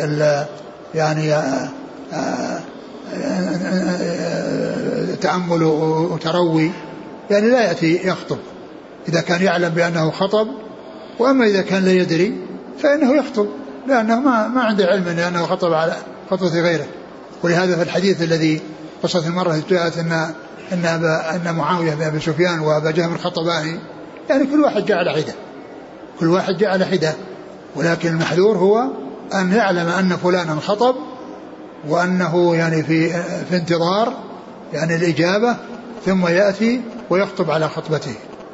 [SPEAKER 1] تأمل وتروي، يعني لا يأتي يخطب إذا كان يعلم بأنه خطب، وأما إذا كان لا يدري فإنه يخطب لأنه ما عنده علم لأنه خطب على خطبة غيره. ولهذا في الحديث الذي قصة المرة جاءت أن معاوية بن أبي سفيان وأبا جهم الخطباني يعني كل واحد جاء على حدة، ولكن المحذور هو أن يعلم أن فلانا خطب وأنه يعني في انتظار يعني الإجابة، ثم يأتي ويخطب على خطبته،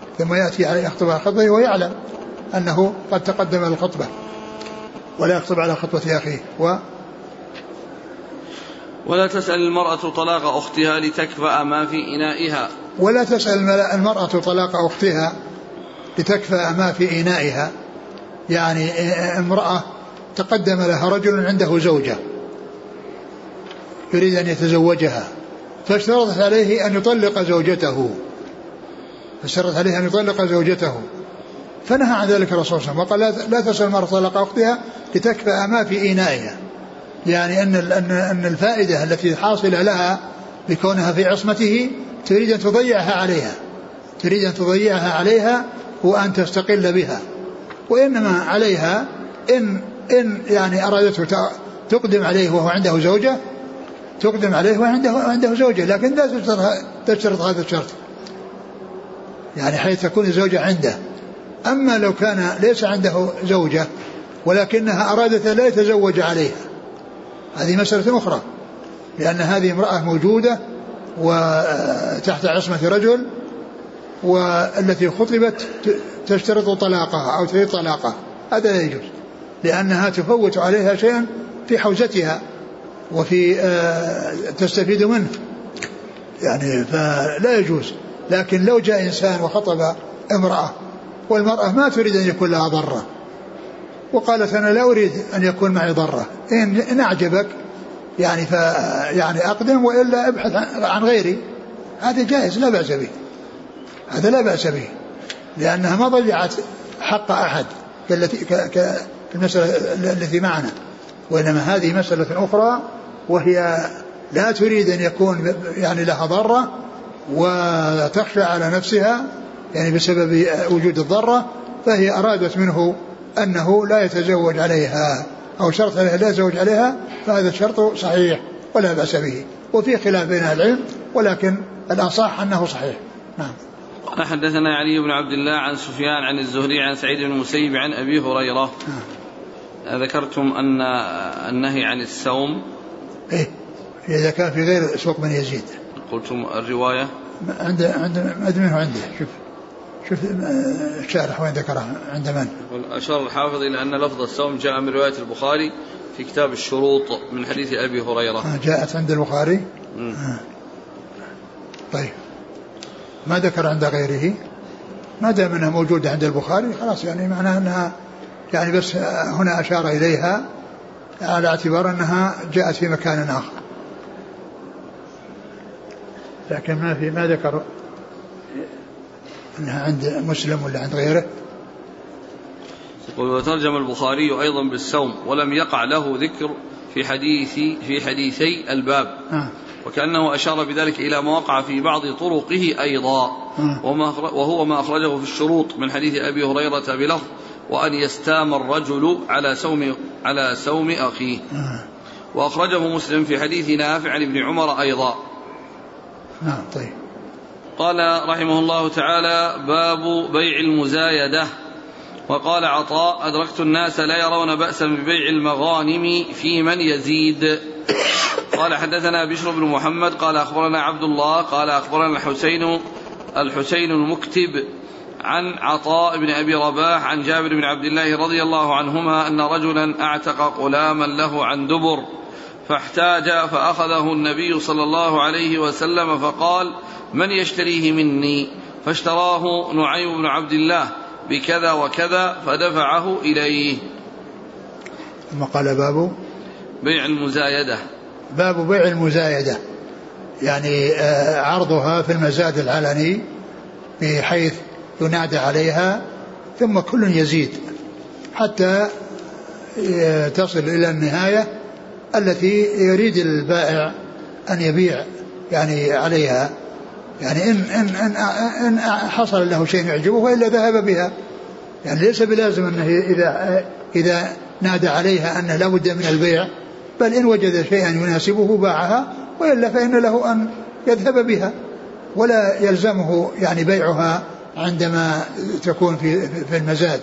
[SPEAKER 1] ويعلم أنه قد تقدم الخطبة، ولا يخطب على خطبة أخيه. ولا تسأل المرأة طلاق أختها لتكفأ ما في إنائها.
[SPEAKER 2] ولا تسأل المرأة طلاق أختها لتكفأ ما في إنائها، يعني امرأة تقدم لها رجل عنده زوجة يريد أن يتزوجها، فاشترطت عليه أن يطلق زوجته، فنهى عن ذلك الرسول صلى الله عليه وسلم وقال لا تسأل المرأة طلاق أختها لتكفأ ما في إنائها، يعني أن الفائدة التي حاصلة لها بكونها في عصمته تريد أن تضيعها عليها وأن تستقل بها، وإنما عليها إن يعني أرادته تقدم عليه وهو عنده زوجة لكن لا تشترط هذا الشرط، يعني حيث تكون الزوجة عنده. أما لو كان ليس عنده زوجة ولكنها أرادت لا يتزوج عليها، هذه مسألة أخرى، لأن هذه امرأة موجودة وتحت عصمة رجل، والتي خطبت تشترط طلاقها أو تريد طلاقها، هذا لا يجوز، لأنها تفوت عليها شيئا في حوزتها وفي تستفيد منه، يعني فلا يجوز. لكن لو جاء إنسان وخطب امرأة والمرأة ما تريد أن يكون لها ضرة وقالت أنا لا أريد أن يكون معي ضرة، إن أعجبك يعني أقدم وإلا ابحث عن غيري، هذا جائز لا بأس به، لأنها ما ضيعت حق أحد كالمسألة التي معنا، وإنما هذه مسألة أخرى وهي لا تريد أن يكون يعني لها ضرة وتخشى على نفسها يعني بسبب وجود الضرة، فهي أرادت منه أنه لا يتزوج عليها أو شرط عليها لا يتزوج عليها، فهذا الشرط صحيح ولا بأس به، وفي خلاف بين العلم ولكن الأصح أنه صحيح. نعم.
[SPEAKER 1] قال حدثنا علي بن عبد الله عن سفيان عن الزهري عن سعيد بن المسيب عن أبي هريرة. ذكرتم أن النهي عن السوم
[SPEAKER 2] إذا كان في غير سوق بن يزيد.
[SPEAKER 1] قلتم الرواية
[SPEAKER 2] عنده شوف الشارح وين ذكرها عند من؟
[SPEAKER 1] أشار الحافظ إلى أن لفظ السوم جاء من رواية البخاري في كتاب الشروط من حديث أبي هريرة.
[SPEAKER 2] جاءت عند البخاري. طيب ما ذكر عند غيره، ما دام انها موجودة عند البخاري خلاص، يعني معناها انها يعني بس هنا أشار إليها على اعتبار أنها جاءت في مكان آخر، لكن ما ذكر أنها عند مسلم ولا عند غيره.
[SPEAKER 1] وترجم البخاري أيضا بالسوم ولم يقع له ذكر في حديثي الباب، وكأنه أشار بذلك إلى ما وقع في بعض طرقه أيضا، وهو ما أخرجه في الشروط من حديث أبي هريرة بلفظ وأن يستام الرجل على سوم أخيه، وأخرجه مسلم في حديث نافع عن ابن عمر أيضا.
[SPEAKER 2] طيب.
[SPEAKER 1] قال رحمه الله تعالى: باب بيع المزايدة. وقال عطاء: أدركت الناس لا يرون بأسا ببيع المغانم في من يزيد. قال حدثنا بشر بن محمد قال أخبرنا عبد الله قال أخبرنا الحسين المكتب عن عطاء بن أبي رباح عن جابر بن عبد الله رضي الله عنهما أن رجلا أعتق غلاما له عن دبر فاحتاج فأخذه النبي صلى الله عليه وسلم فقال: من يشتريه مني؟ فاشتراه نعيم بن عبد الله بكذا وكذا فدفعه إليه.
[SPEAKER 2] ثم قال: باب
[SPEAKER 1] بيع المزايدة.
[SPEAKER 2] باب بيع المزايدة، يعني عرضها في المزاد العلني بحيث ينادى عليها ثم كل يزيد حتى تصل إلى النهاية التي يريد البائع أن يبيع يعني عليها، يعني إن حصل له شيء يعجبه وإلا ذهب بها، يعني ليس بلازم أنه إذا نادى عليها أنه لا بد من البيع، بل إن وجد شيئا يناسبه باعها وإلا فإن له أن يذهب بها ولا يلزمه يعني بيعها عندما تكون في المزاد.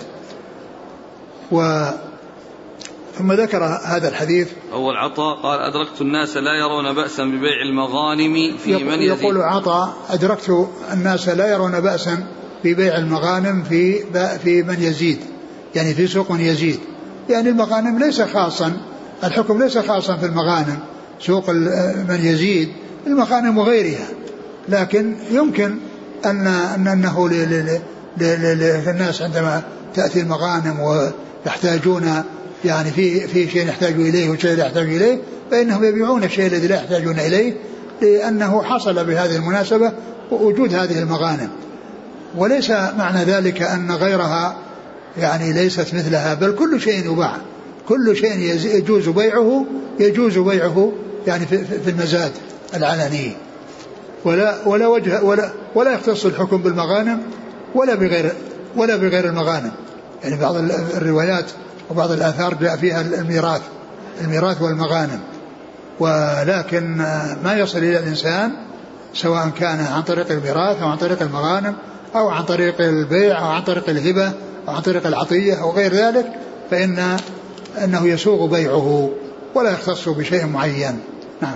[SPEAKER 2] ثم ذكر هذا الحديث.
[SPEAKER 1] أول عطاء قال: أدركت الناس لا يرون بأسا ببيع المغانم في من يزيد.
[SPEAKER 2] يقول عطاء: أدركت الناس لا يرون بأسا ببيع المغانم في من يزيد، يعني في سوق من يزيد، يعني المغانم ليس خاصا، الحكم ليس خاصا في المغانم، سوق من يزيد المغانم وغيرها، لكن يمكن أنه للناس عندما تأتي المغانم ويحتاجون يعني في شيء يحتاج إليه وشيء لا يحتاج إليه، فإنهم يبيعون الشيء الذي لا يحتاجون إليه لأنه حصل بهذه المناسبة ووجود هذه المغانم. وليس معنى ذلك أن غيرها يعني ليست مثلها، بل كل شيء يباع، كل شيء يجوز بيعه يعني في المزاد العلني، ولا وجه ولا يختص الحكم بالمغانم ولا بغير المغانم. يعني بعض الروايات وبعض الآثار جاء فيها الميراث والمغانم، ولكن ما يصل إلى الإنسان سواء كان عن طريق الميراث أو عن طريق المغانم أو عن طريق البيع أو عن طريق الهبة أو عن طريق العطية أو غير ذلك، فإنه يسوغ بيعه ولا يختص بشيء معين. نعم.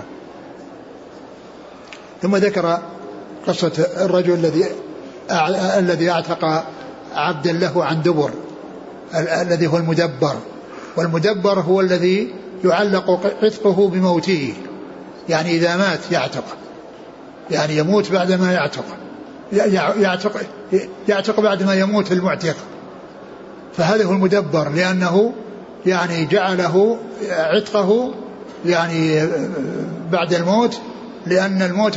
[SPEAKER 2] ثم ذكر قصة الرجل الذي اعتق عبدا له عن دبر، الذي هو المدبر، والمدبر هو الذي يعلق عتقه بموته، يعني إذا مات يعتق، يعني يموت بعدما يعتق بعدما يموت المعتق، فهذا هو المدبر، لأنه يعني جعله عتقه يعني بعد الموت، لأن الموت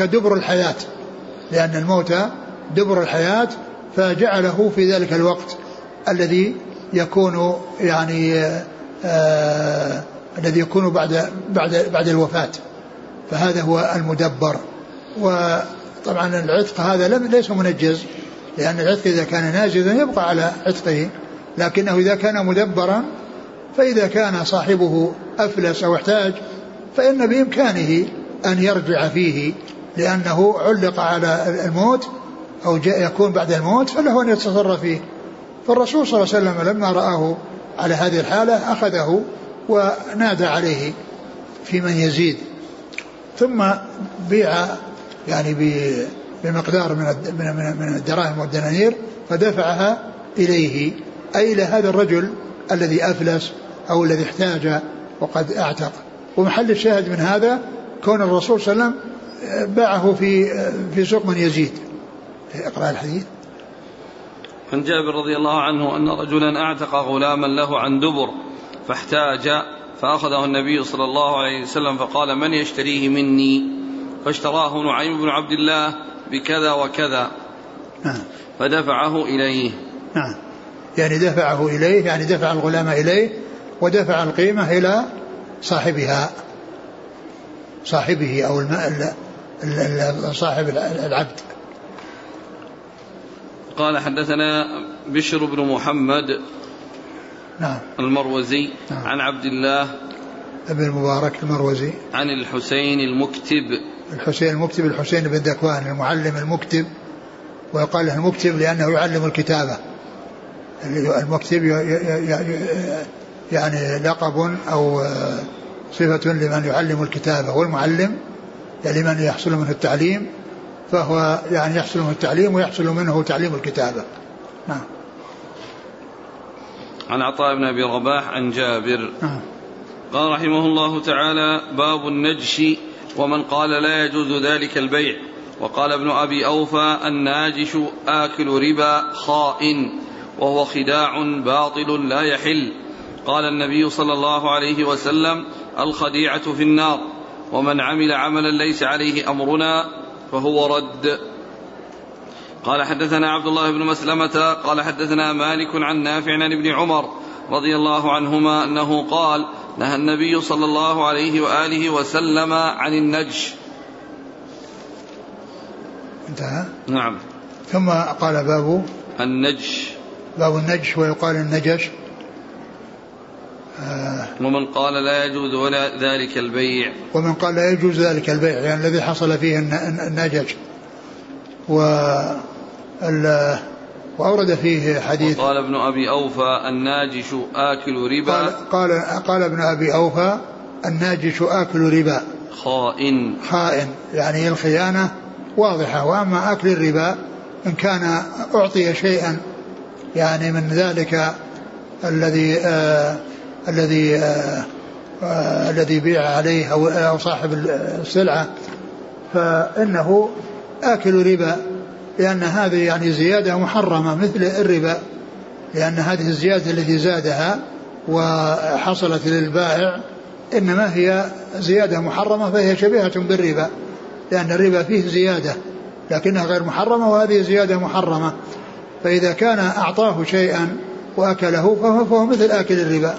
[SPEAKER 2] دبر الحياة، فجعله في ذلك الوقت الذي يكون يعني الذي يكون بعد الوفاة، فهذا هو المدبر. وطبعا العتق هذا ليس منجز، لأن العتق إذا كان ناجزا يبقى على عتقه، لكنه إذا كان مدبرا فإذا كان صاحبه أفلس أو احتاج فإن بإمكانه أن يرجع فيه، لأنه علق على الموت أو يكون بعد الموت فله أن يتصرف فيه. فالرسول صلى الله عليه وسلم لما رآه على هذه الحالة أخذه ونادى عليه في من يزيد، ثم بيع يعني بمقدار من الدراهم والدنانير فدفعها إليه، أي إلى هذا الرجل الذي أفلس أو الذي احتاج وقد اعتق. ومحل الشاهد من هذا كون الرسول صلى الله عليه وسلم باعه في سوق من يزيد. اقرأ الحديث.
[SPEAKER 1] عن جابر رضي الله عنه أن رجلا اعتق غلاما له عن دبر فاحتاج فأخذه النبي صلى الله عليه وسلم فقال: من يشتريه مني؟ فاشتراه نعيم بن عبد الله بكذا وكذا فدفعه إليه.
[SPEAKER 2] نعم، يعني دفعه إليه، يعني دفع الغلام إليه ودفع القيمة إلى صاحبه أو صاحب العبد.
[SPEAKER 1] قال: حدثنا بشر بن محمد
[SPEAKER 2] نعم
[SPEAKER 1] المروزي
[SPEAKER 2] نعم.
[SPEAKER 1] عن عبد الله
[SPEAKER 2] ابن المبارك المروزي عن
[SPEAKER 1] الحسين المكتب
[SPEAKER 2] الحسين بن ذكوان المعلم المكتب، ويقال له المكتب لأنه يعلم الكتابة. المكتب يعني لقب أو صفة لمن يعلم الكتابة، والمعلم يعني من يحصل منه التعليم، فهو يعني يحصل منه التعليم ويحصل منه تعليم الكتابة. نعم.
[SPEAKER 1] عن عطاء بن أبي رباح عن جابر.
[SPEAKER 2] نعم.
[SPEAKER 1] قال رحمه الله تعالى: باب النجش ومن قال لا يجوز ذلك البيع. وقال ابن أبي أوفى: الناجش آكل ربا خائن وهو خداع باطل لا يحل. قال النبي صلى الله عليه وسلم: الخديعة في النار، ومن عمل عملا ليس عليه أمرنا فهو رد. قال حدثنا عبد الله بن مسلمة قال حدثنا مالك عن نافع عن ابن عمر رضي الله عنهما أنه قال: نهى النبي صلى الله عليه وآله وسلم عن النجش.
[SPEAKER 2] انتهى.
[SPEAKER 1] نعم.
[SPEAKER 2] ثم قال باب
[SPEAKER 1] النجش،
[SPEAKER 2] باب النجش ويقال النجش.
[SPEAKER 1] ومن قال لا يجوز ولا ذلك البيع،
[SPEAKER 2] ومن قال لا يجوز ذلك البيع يعني الذي حصل فيه النجش. وأورد فيه حديث.
[SPEAKER 1] قال ابن أبي أوفى: الناجش آكل ربا.
[SPEAKER 2] قال ابن أبي أوفى: الناجش آكل ربا خائن يعني الخيانة واضحة. وأما أكل الربا إن كان أعطي شيئا يعني من ذلك الذي بيع عليه أو صاحب السلعة فإنه آكل ربا، لأن هذه يعني زيادة محرمة مثل الربا، لأن هذه الزيادة التي زادها وحصلت للبائع إنما هي زيادة محرمة، فهي شبيهة بالربا، لأن الربا فيه زيادة لكنها غير محرمة وهذه زيادة محرمة. فإذا كان أعطاه شيئا وأكله فهو مثل آكل الربا.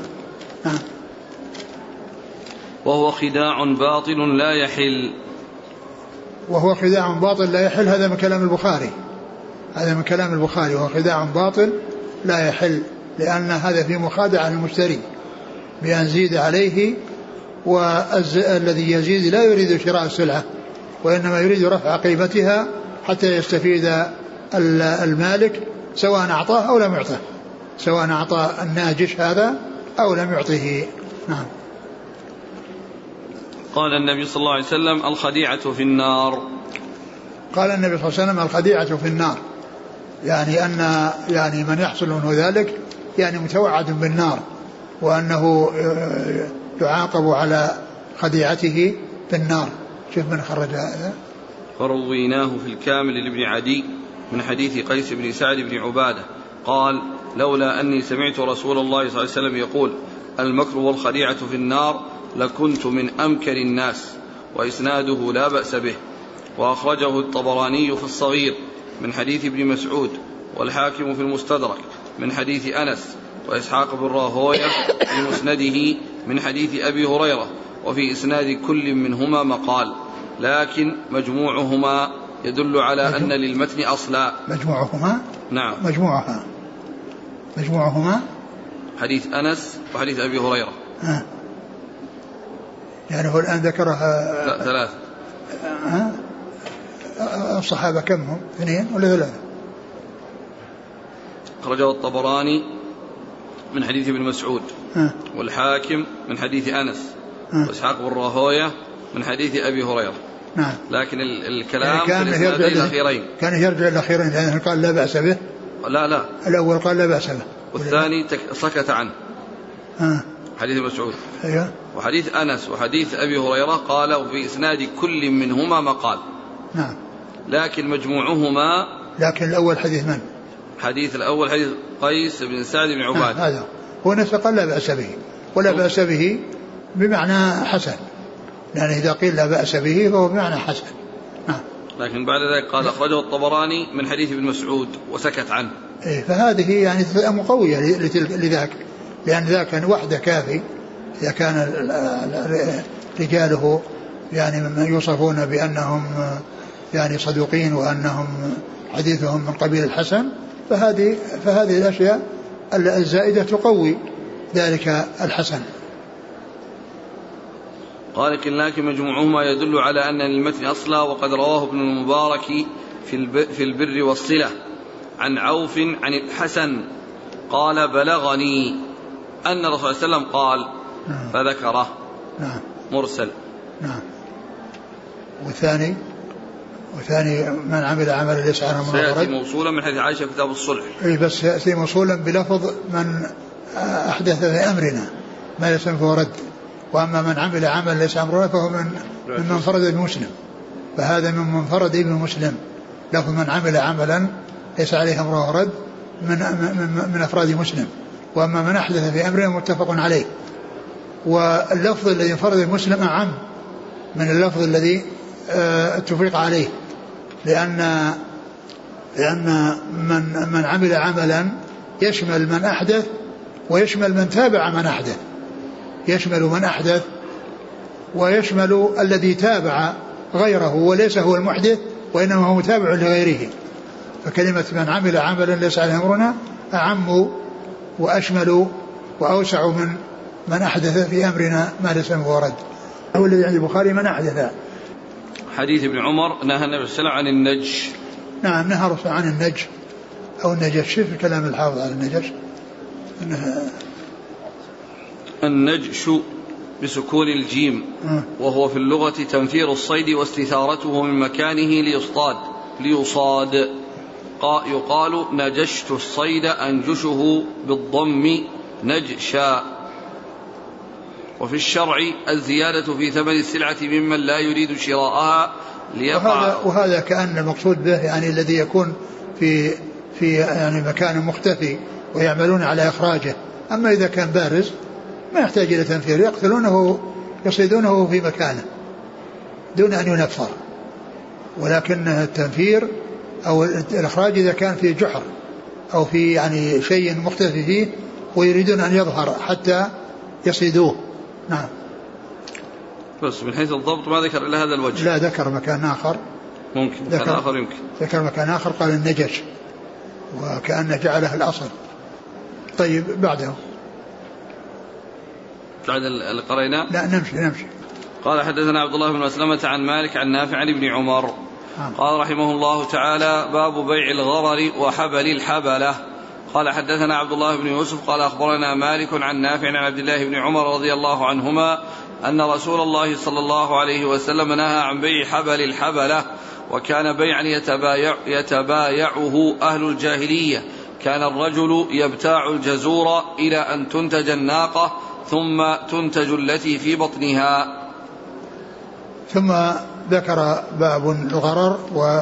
[SPEAKER 1] وهو خداع باطل لا يحل.
[SPEAKER 2] وهو خداع باطل لا يحل، هذا من كلام البخاري، هذا من كلام البخاري. وهو خداع باطل لا يحل، لأن هذا في مخادعة المشتري بأن زيد عليه، والذي يزيد لا يريد شراء السلعة وإنما يريد رفع قيمتها حتى يستفيد المالك سواء أعطاه أو لم يعطه، سواء أعطى الناجش هذا أو لم يعطه. نعم.
[SPEAKER 1] قال النبي صلى الله عليه وسلم: الخديعة في النار.
[SPEAKER 2] قال النبي صلى الله عليه وسلم: الخديعة في النار، يعني أن يعني من يحصل منه ذلك يعني متوعد بالنار، وأنه يعاقب على خديعته في النار. شوف من خرج هذا.
[SPEAKER 1] فرويناه في الكامل لابن عدي من حديث قيس بن سعد بن عبادة قال: لولا أني سمعت رسول الله صلى الله عليه وسلم يقول: المكر والخديعة في النار لكنت من أمكر الناس. وإسناده لا بأس به. وأخرجه الطبراني في الصغير من حديث ابن مسعود، والحاكم في المستدرك من حديث أنس، وإسحاق بن راهويه في مسنده من حديث أبي هريرة. وفي إسناد كل منهما مقال، لكن مجموعهما يدل على أن للمتن أصلا.
[SPEAKER 2] مجموعهما؟ نعم. مجموعهما
[SPEAKER 1] حديث أنس وحديث أبي هريرة.
[SPEAKER 2] يعني هو الآن ذكرها.
[SPEAKER 1] لا، 3.
[SPEAKER 2] الصحابة كم هم؟ 2 ولا 3؟
[SPEAKER 1] أخرجه الطبراني من حديث ابن مسعود، والحاكم من حديث أنس، وإسحاق بن راهويه من حديث أبي هريرة.
[SPEAKER 2] نعم.
[SPEAKER 1] لكن الكلام في الإسنادين الأخيرين
[SPEAKER 2] كان يرجع الأخيرين، لأنه قال لا بأس به.
[SPEAKER 1] لا،
[SPEAKER 2] الأول قال لا بأس به،
[SPEAKER 1] والثاني سكت عنه. حديث مسعود.
[SPEAKER 2] أيوة.
[SPEAKER 1] وحديث أنس وحديث أبي هريرة قال في إسناد كل منهما مقال.
[SPEAKER 2] نعم.
[SPEAKER 1] لكن مجموعهما.
[SPEAKER 2] لكن الأول حديث من؟
[SPEAKER 1] حديث الأول حديث قيس بن سعد بن عبادة.
[SPEAKER 2] هذا هو نفسه قال لا بأس به، ولا بأس به بمعنى حسن، لأن إذا قيل لا بأس به فهو بمعنى حسن.
[SPEAKER 1] لكن بعد ذلك قال أخرجه الطبراني من حديث ابن مسعود وسكت عنه.
[SPEAKER 2] فهذه يعني مقوية لذاك، لأن ذاك وحده كافي. إذا كان رجاله يعني ممن يوصفون بأنهم يعني صدوقين وأنهم حديثهم من قبيل الحسن، فهذه الأشياء الزائدة تقوي ذلك الحسن.
[SPEAKER 1] قال: لكن مجموعهما يدل على أن للمتن أصلا. وقد رواه ابن المبارك في البر والصلة عن عوف عن الحسن قال: بلغني أن الرسول صلى الله عليه وسلم قال، فذكره.
[SPEAKER 2] نعم.
[SPEAKER 1] مرسل.
[SPEAKER 2] نعم. والثاني وثاني من عمل عملا ليس عليه أمرنا فهو رد.
[SPEAKER 1] سيأتي موصولا من حديث عائشة كتاب الصلح.
[SPEAKER 2] بس سيأتي موصولا بلفظ من أحدث في أمرنا ما ليس فهو رد. وأما من عمل عملا ليس عليه أمرنا فهو من منفرد بمسلم. فهذا من منفرد بمسلم لفظ من عمل عملا ليس عليه أمره رد من أفراد مسلم. وأما من أحدث في أمرنا متفق عليه. واللفظ الذي انفرد المسلم أعم من اللفظ الذي اتفق عليه لأن من عمل عملا يشمل من أحدث ويشمل من تابع من أحدث. يشمل من أحدث ويشمل الذي تابع غيره وليس هو المحدث وإنما هو متابع لغيره. فكلمة من عمل عملا ليس عليه أمرنا أعم وأشمل وأوسع من أحدث في أمرنا ما ليس فهو رد. هو الذي عند البخاري من أحدث.
[SPEAKER 1] حديث ابن عمر نهى النبي صلى الله عليه وسلم عن النجش.
[SPEAKER 2] نعم نهى الرسول عن النجش أو النجش. في كلام الحافظ على النجش
[SPEAKER 1] النجش بسكون الجيم وهو في اللغة تنفير الصيد واستثارته من مكانه ليصاد. يقال نجشت الصيد أنجشه بالضم نجشا. وفي الشرع الزيادة في ثمن السلعة ممن لا يريد شراءها ليقع.
[SPEAKER 2] وهذا كأن المقصود به يعني الذي يكون في يعني مكان مختفي ويعملون على إخراجه. أما إذا كان بارز ما يحتاج إلى تنفير يقتلونه يصيدونه في مكانه دون أن ينفر. ولكن التنفير أو الإخراج إذا كان في جحر أو في يعني شيء مختفي فيه ويريدون أن يظهر حتى يصيدوه. نعم.
[SPEAKER 1] بس من حيث الضبط ما ذكر إلا هذا الوجه.
[SPEAKER 2] لا ذكر مكان آخر.
[SPEAKER 1] ممكن مكان آخر يمكن.
[SPEAKER 2] ذكر مكان آخر قال النجش وكأنه جعله الأصل. طيب بعده
[SPEAKER 1] بعد القرينة.
[SPEAKER 2] لا نمشي.
[SPEAKER 1] قال حدثنا عبد الله بن مسلمة عن مالك عن نافع عن ابن عمر قال رحمه الله تعالى باب بيع الغرر وحبل الحبلة. قال حدثنا عبد الله بن يوسف قال أخبرنا مالك عن نافع عن عبد الله بن عمر رضي الله عنهما أن رسول الله صلى الله عليه وسلم نهى عن بيع حبل الحبلة وكان بيعا يتبايعه أهل الجاهلية. كان الرجل يبتاع الجزور إلى أن تنتج الناقة ثم تنتج التي في بطنها.
[SPEAKER 2] ثم ذكر باب الغرر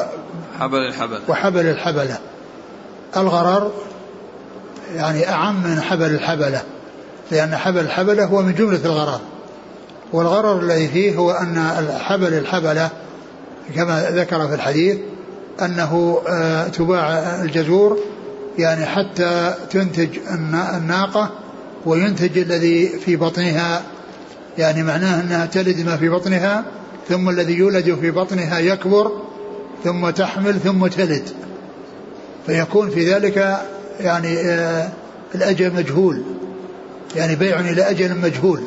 [SPEAKER 2] وحبل الحبلة. الغرر يعني أعم من حبل الحبلة لأن حبل الحبلة هو من جملة الغرر. والغرر الذي فيه هو أن حبل الحبلة كما ذكر في الحديث أنه تباع الجزور يعني حتى تنتج الناقة وينتج الذي في بطنها يعني معناه أنها تلد ما في بطنها ثم الذي يولد في بطنها يكبر ثم تحمل ثم تلد فيكون في ذلك يعني الأجل مجهول يعني بيع إلى أجل مجهول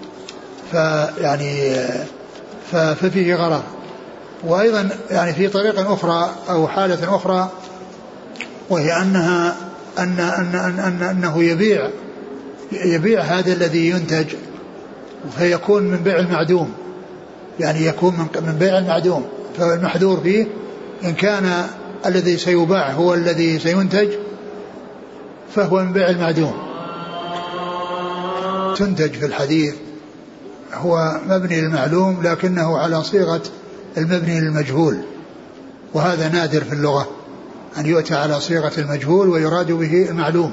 [SPEAKER 2] ففيه غرر. وأيضا يعني في طريقة أخرى أو حالة أخرى وهي أنه يبيع هذا الذي ينتج فيكون من بيع المعدوم يعني يكون من بيع المعدوم. فالمحذور فيه إن كان الذي سيباع هو الذي سينتج فهو من بيع المعدوم. تنتج في الحديث هو مبني للمعلوم لكنه على صيغة المبني للمجهول وهذا نادر في اللغة أن يؤتى على صيغة المجهول ويراد به المعلوم.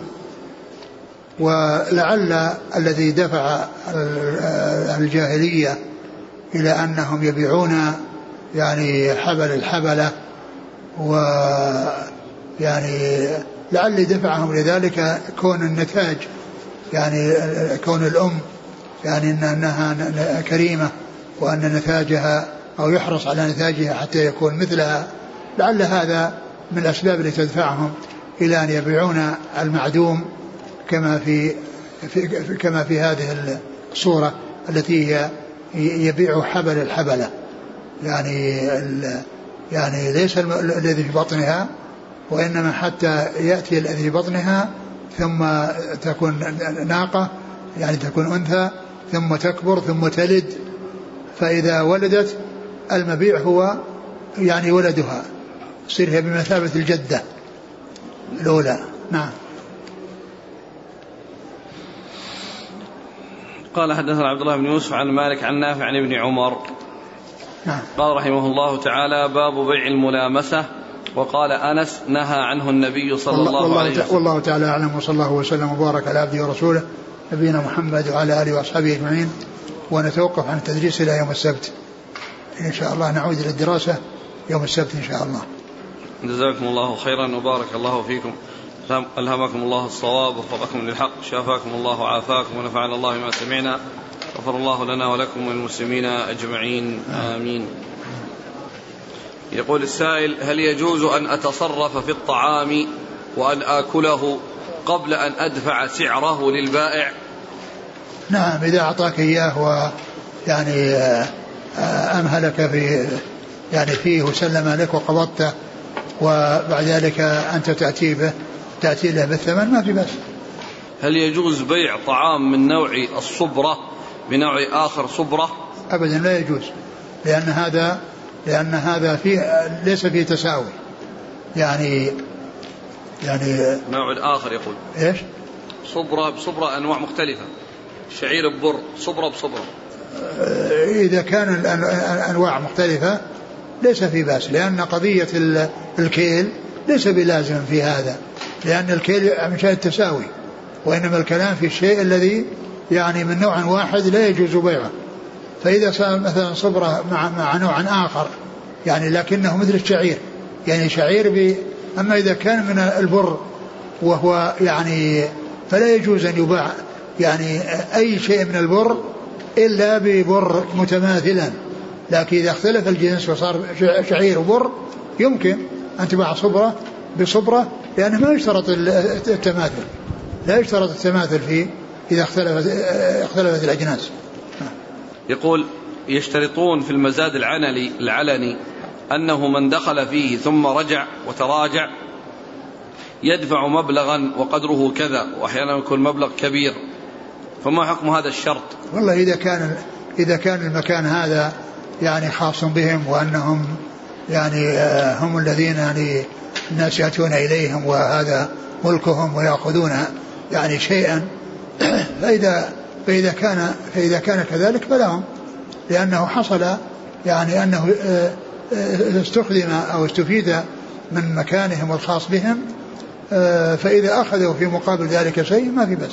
[SPEAKER 2] ولعل الذي دفع الجاهلية إلى أنهم يبيعون يعني حبل الحبلة ويعني لعل دفعهم لذلك كون النتاج يعني كون الأم يعني أنها كريمة وأن نتاجها أو يحرص على نتاجها حتى يكون مثلها. لعل هذا من الأسباب التي تدفعهم إلى أن يبيعون المعدوم كما في هذه الصورة التي هي يبيع حبل الحبلة يعني ليس الذي في بطنها وإنما حتى يأتي الذي في بطنها ثم تكون ناقة يعني تكون أنثى ثم تكبر ثم تلد. فإذا ولدت المبيع هو يعني ولدها، تصير هي بمثابة الجدة الأولى. نعم.
[SPEAKER 1] قال حدثنا عبد الله بن يوسف عن مالك عن نافع عن ابن عمر.
[SPEAKER 2] نعم.
[SPEAKER 1] قال رحمه الله تعالى: باب بيع الملامسة. وقال أنس: نهى عنه النبي صلى الله عليه وسلم.
[SPEAKER 2] والله تعالى أعلم، وصلى الله وسلم وبارك على عبده ورسوله نبينا محمد وعلى آله وأصحابه أجمعين. ونتوقف عن التدريس إلى يوم السبت إن شاء الله، نعود إلى الدراسة يوم السبت إن شاء الله.
[SPEAKER 1] جزاكم الله خيرا وبارك الله فيكم، ألهمكم الله الصواب ووفقكم للحق، شافاكم الله وعافاكم، ونفعنا الله ما سمعنا، غفر الله لنا ولكم وللمسلمين أجمعين، آمين. يقول السائل: هل يجوز أن أتصرف في الطعام وأن آكله قبل أن أدفع سعره للبائع؟
[SPEAKER 2] نعم، إذا أعطاك إياه ويعني أمهلك في يعني فيه وسلم لك وقبضته، وبعد ذلك أنت تأتي له بالثمن، ما في بأس.
[SPEAKER 1] هل يجوز بيع طعام من نوع الصبرة بنوع آخر صبرة؟
[SPEAKER 2] أبدا لا يجوز، لأن هذا فيه ليس فيه تساوي. يعني
[SPEAKER 1] نوع الآخر يقول
[SPEAKER 2] إيش؟
[SPEAKER 1] صبرة بصبرة أنواع مختلفة، شعير ببر، صبرة بصبرة.
[SPEAKER 2] إذا كان الأنواع مختلفة ليس في بأس، لأن قضية الكيل ليس بلازم في هذا، لأن الكيل من شأن التساوي، وإنما الكلام في الشيء الذي يعني من نوع واحد لا يجوز بيعه. فإذا صار مثلا صبرة مع نوع آخر يعني لكنه مثل الشعير، يعني شعير أما إذا كان من البر وهو يعني فلا يجوز أن يباع يعني أي شيء من البر إلا ببر متماثلا. لكن إذا اختلف الجنس وصار شعير وبر يمكن أن تباع صبرة بصبرة، لأنه ما يشترط التماثل، لا يشترط التماثل فيه إذا اختلفت الأجناس.
[SPEAKER 1] يقول: يشترطون في المزاد العلني أنه من دخل فيه ثم رجع وتراجع يدفع مبلغا وقدره كذا، وأحيانا يكون مبلغ كبير، فما حكم هذا الشرط؟
[SPEAKER 2] والله إذا كان المكان هذا يعني خاص بهم، وأنهم يعني هم الذين يعني الناس يأتون إليهم وهذا ملكهم ويأخذون يعني شيئا، فإذا كان كذلك فلهم، لأنه حصل يعني أنه استخدم أو استفيد من مكانهم الخاص بهم، فإذا أخذوا في مقابل ذلك شيء ما في بس.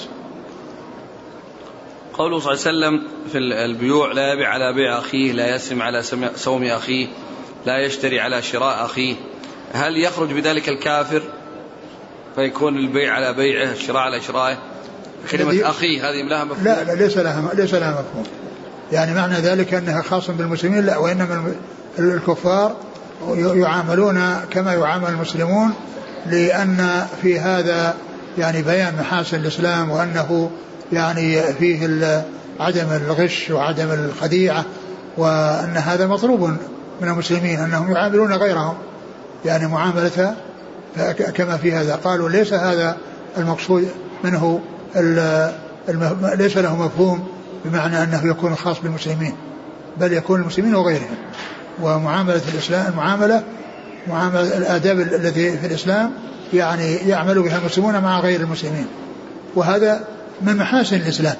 [SPEAKER 1] قوله صلى الله عليه وسلم في البيوع: لا يبيع على بيع أخيه، لا يسم على سوم أخيه، لا يشتري على شراء أخيه، هل يخرج بذلك الكافر فيكون البيع على بيعه، الشراء على شرائه؟ كلمة أخيه هذه لها مفهوم؟
[SPEAKER 2] لا، ليس لها مفهوم. يعني معنى ذلك أنها خاصة بالمسلمين؟ لا، وإنما الكفار يعاملون كما يعامل المسلمون، لأن في هذا يعني بيان محاسن الإسلام، وأنه يعني فيه عدم الغش وعدم الخديعة، وأن هذا مطلوب من المسلمين أنهم يعاملون غيرهم يعني معاملة كما في هذا. قالوا ليس هذا المقصود منه، ليس له مفهوم بمعنى أنه يكون خاص بالمسلمين، بل يكون المسلمين وغيرهم. ومعاملة الإسلام معاملة الآداب التي في الإسلام يعني يعمل بها المسلمون مع غير المسلمين، وهذا من محاسن الإسلام.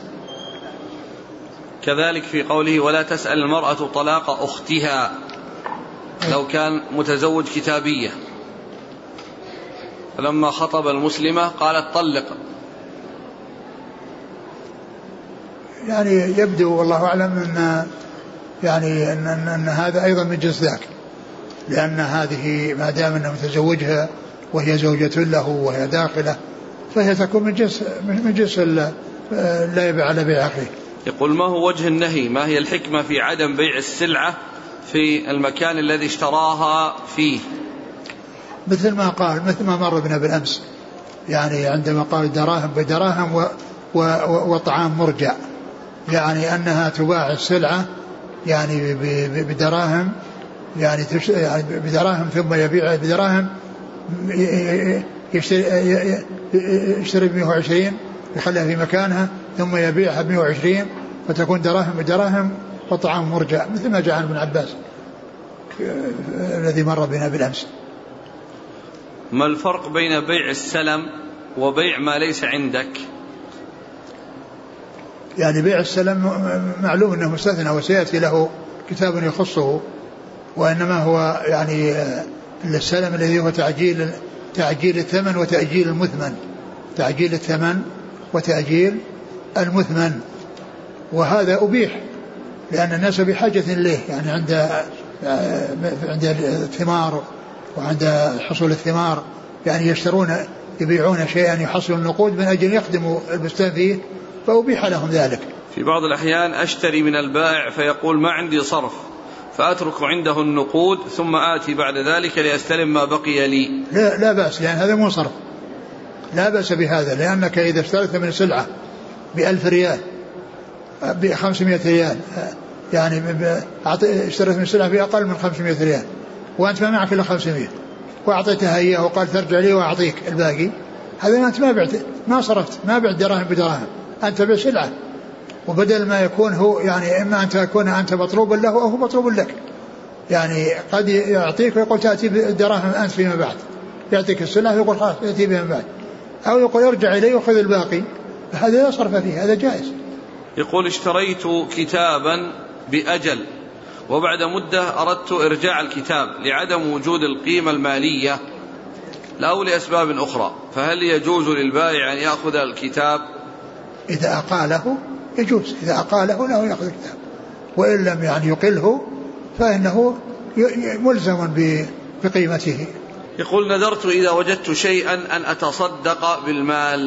[SPEAKER 1] كذلك في قوله: ولا تسأل المرأة طلاق أختها لو كان متزوج كتابية، فلما خطب المسلمة قالت طلق.
[SPEAKER 2] يعني يبدو والله أعلم أن هذا أيضا من جنس ذاك، لأن هذه ما دام أنه متزوجها وهي زوجة له وهي داخلة، فهي تكون من جنس لا يبيع على بيع أخيه.
[SPEAKER 1] يقول: ما هو وجه النهي؟ ما هي الحكمة في عدم بيع السلعة في المكان الذي اشتراها فيه؟
[SPEAKER 2] مثل ما مر بنا بالأمس، يعني عندما قال دراهم بدراهم وطعام مرجع، يعني أنها تباع السلعة يعني بدراهم، يعني بدراهم ثم يبيع بدراهم، يشتري ب120 يخليها في مكانها ثم يبيعها ب120، فتكون دراهم بدراهم وطعام مرجع، مثل ما جاء عن ابن عباس. الذي مر بنا بالأمس.
[SPEAKER 1] ما الفرق بين بيع السلم وبيع ما ليس عندك؟
[SPEAKER 2] يعني بيع السلم معلوم أنه مستثنى وسيأتي له كتاب يخصه، وإنما هو يعني السلم الذي هو تعجيل الثمن وتأجيل المثمن، تعجيل الثمن وتأجيل المثمن، وهذا أبيح لأن الناس بحاجة إليه، يعني عند الثمار وعند حصول الثمار يعني يبيعون شيئا يحصل النقود من أجل يخدموا البستان فيه، فأبيح لهم ذلك.
[SPEAKER 1] في بعض الأحيان أشتري من البائع فيقول ما عندي صرف، فأترك عنده النقود ثم آتي بعد ذلك لأستلم ما بقي لي.
[SPEAKER 2] لا بأس، لأن هذا مو صرف، لا بأس بهذا، لأنك إذا اشتريت من سلعة ب1000 ريال ب500 ريال، يعني اشتريت من سلعة بأقل من 500 ريال وأنت ما معك إلا 500 وأعطيتها إياه وقال ترجع لي وأعطيك الباقي، هذا أنت ما بعت، ما صرفت، ما بعت دراهم بدراهم، أنت بسلعة، وبدل ما يكون هو يعني إما أن تكون أنت مطلوب له أو هو مطلوب لك، يعني قد يعطيك ويقول تأتي بالدراهم أنت فيما بعد، يعطيك السلعة ويقول خلاص يأتي بها بعد، أو يقول ارجع إليه وخذ الباقي، هذا لا صرف فيه، هذا جائز.
[SPEAKER 1] يقول اشتريت كتابا بأجل وبعد مدة أردت إرجاع الكتاب لعدم وجود القيمة المالية أو لأسباب أخرى، فهل يجوز للبائع أن يأخذ الكتاب؟
[SPEAKER 2] إذا أقاله يجوز، إذا أقاله له يأخذ الكتاب، وإن لم يعني يقله فإنه ملزم بقيمته.
[SPEAKER 1] يقول نذرت إذا وجدت شيئا أن أتصدق بالمال،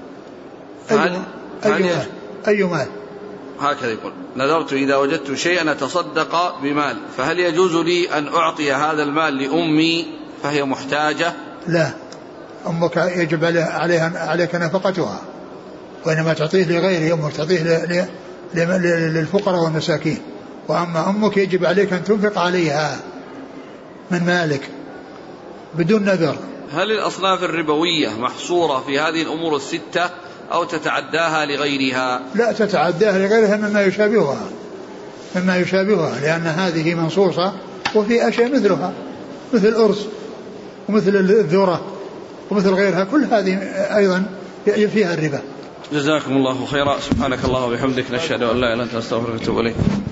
[SPEAKER 2] أي مال؟
[SPEAKER 1] هكذا يقول نذرت إذا وجدت شيئا أتصدق بمال، فهل يجوز لي أن أعطي هذا المال لأمي فهي محتاجة؟
[SPEAKER 2] لا، أمك يجب عليك نفقتها، وإنما تعطيه لغيره، أمك تعطيه للفقراء والمساكين، وأما أمك يجب عليك أن تنفق عليها من مالك بدون نذر. هل الأصناف الربوية محصورة في هذه الأمور الستة أو تتعداها لغيرها؟ لا، تتعداها لغيرها مما يشابهها، لأن هذه منصوصة وفي أشياء مثلها، مثل الأرز ومثل الذرة ومثل غيرها، كل هذه أيضا فيها الربا.
[SPEAKER 1] جزاكم الله خيرا. سبحانك الله وبحمدك، نشهد أن لا إله إلا أنت، نستغفرك ونتوب إليك.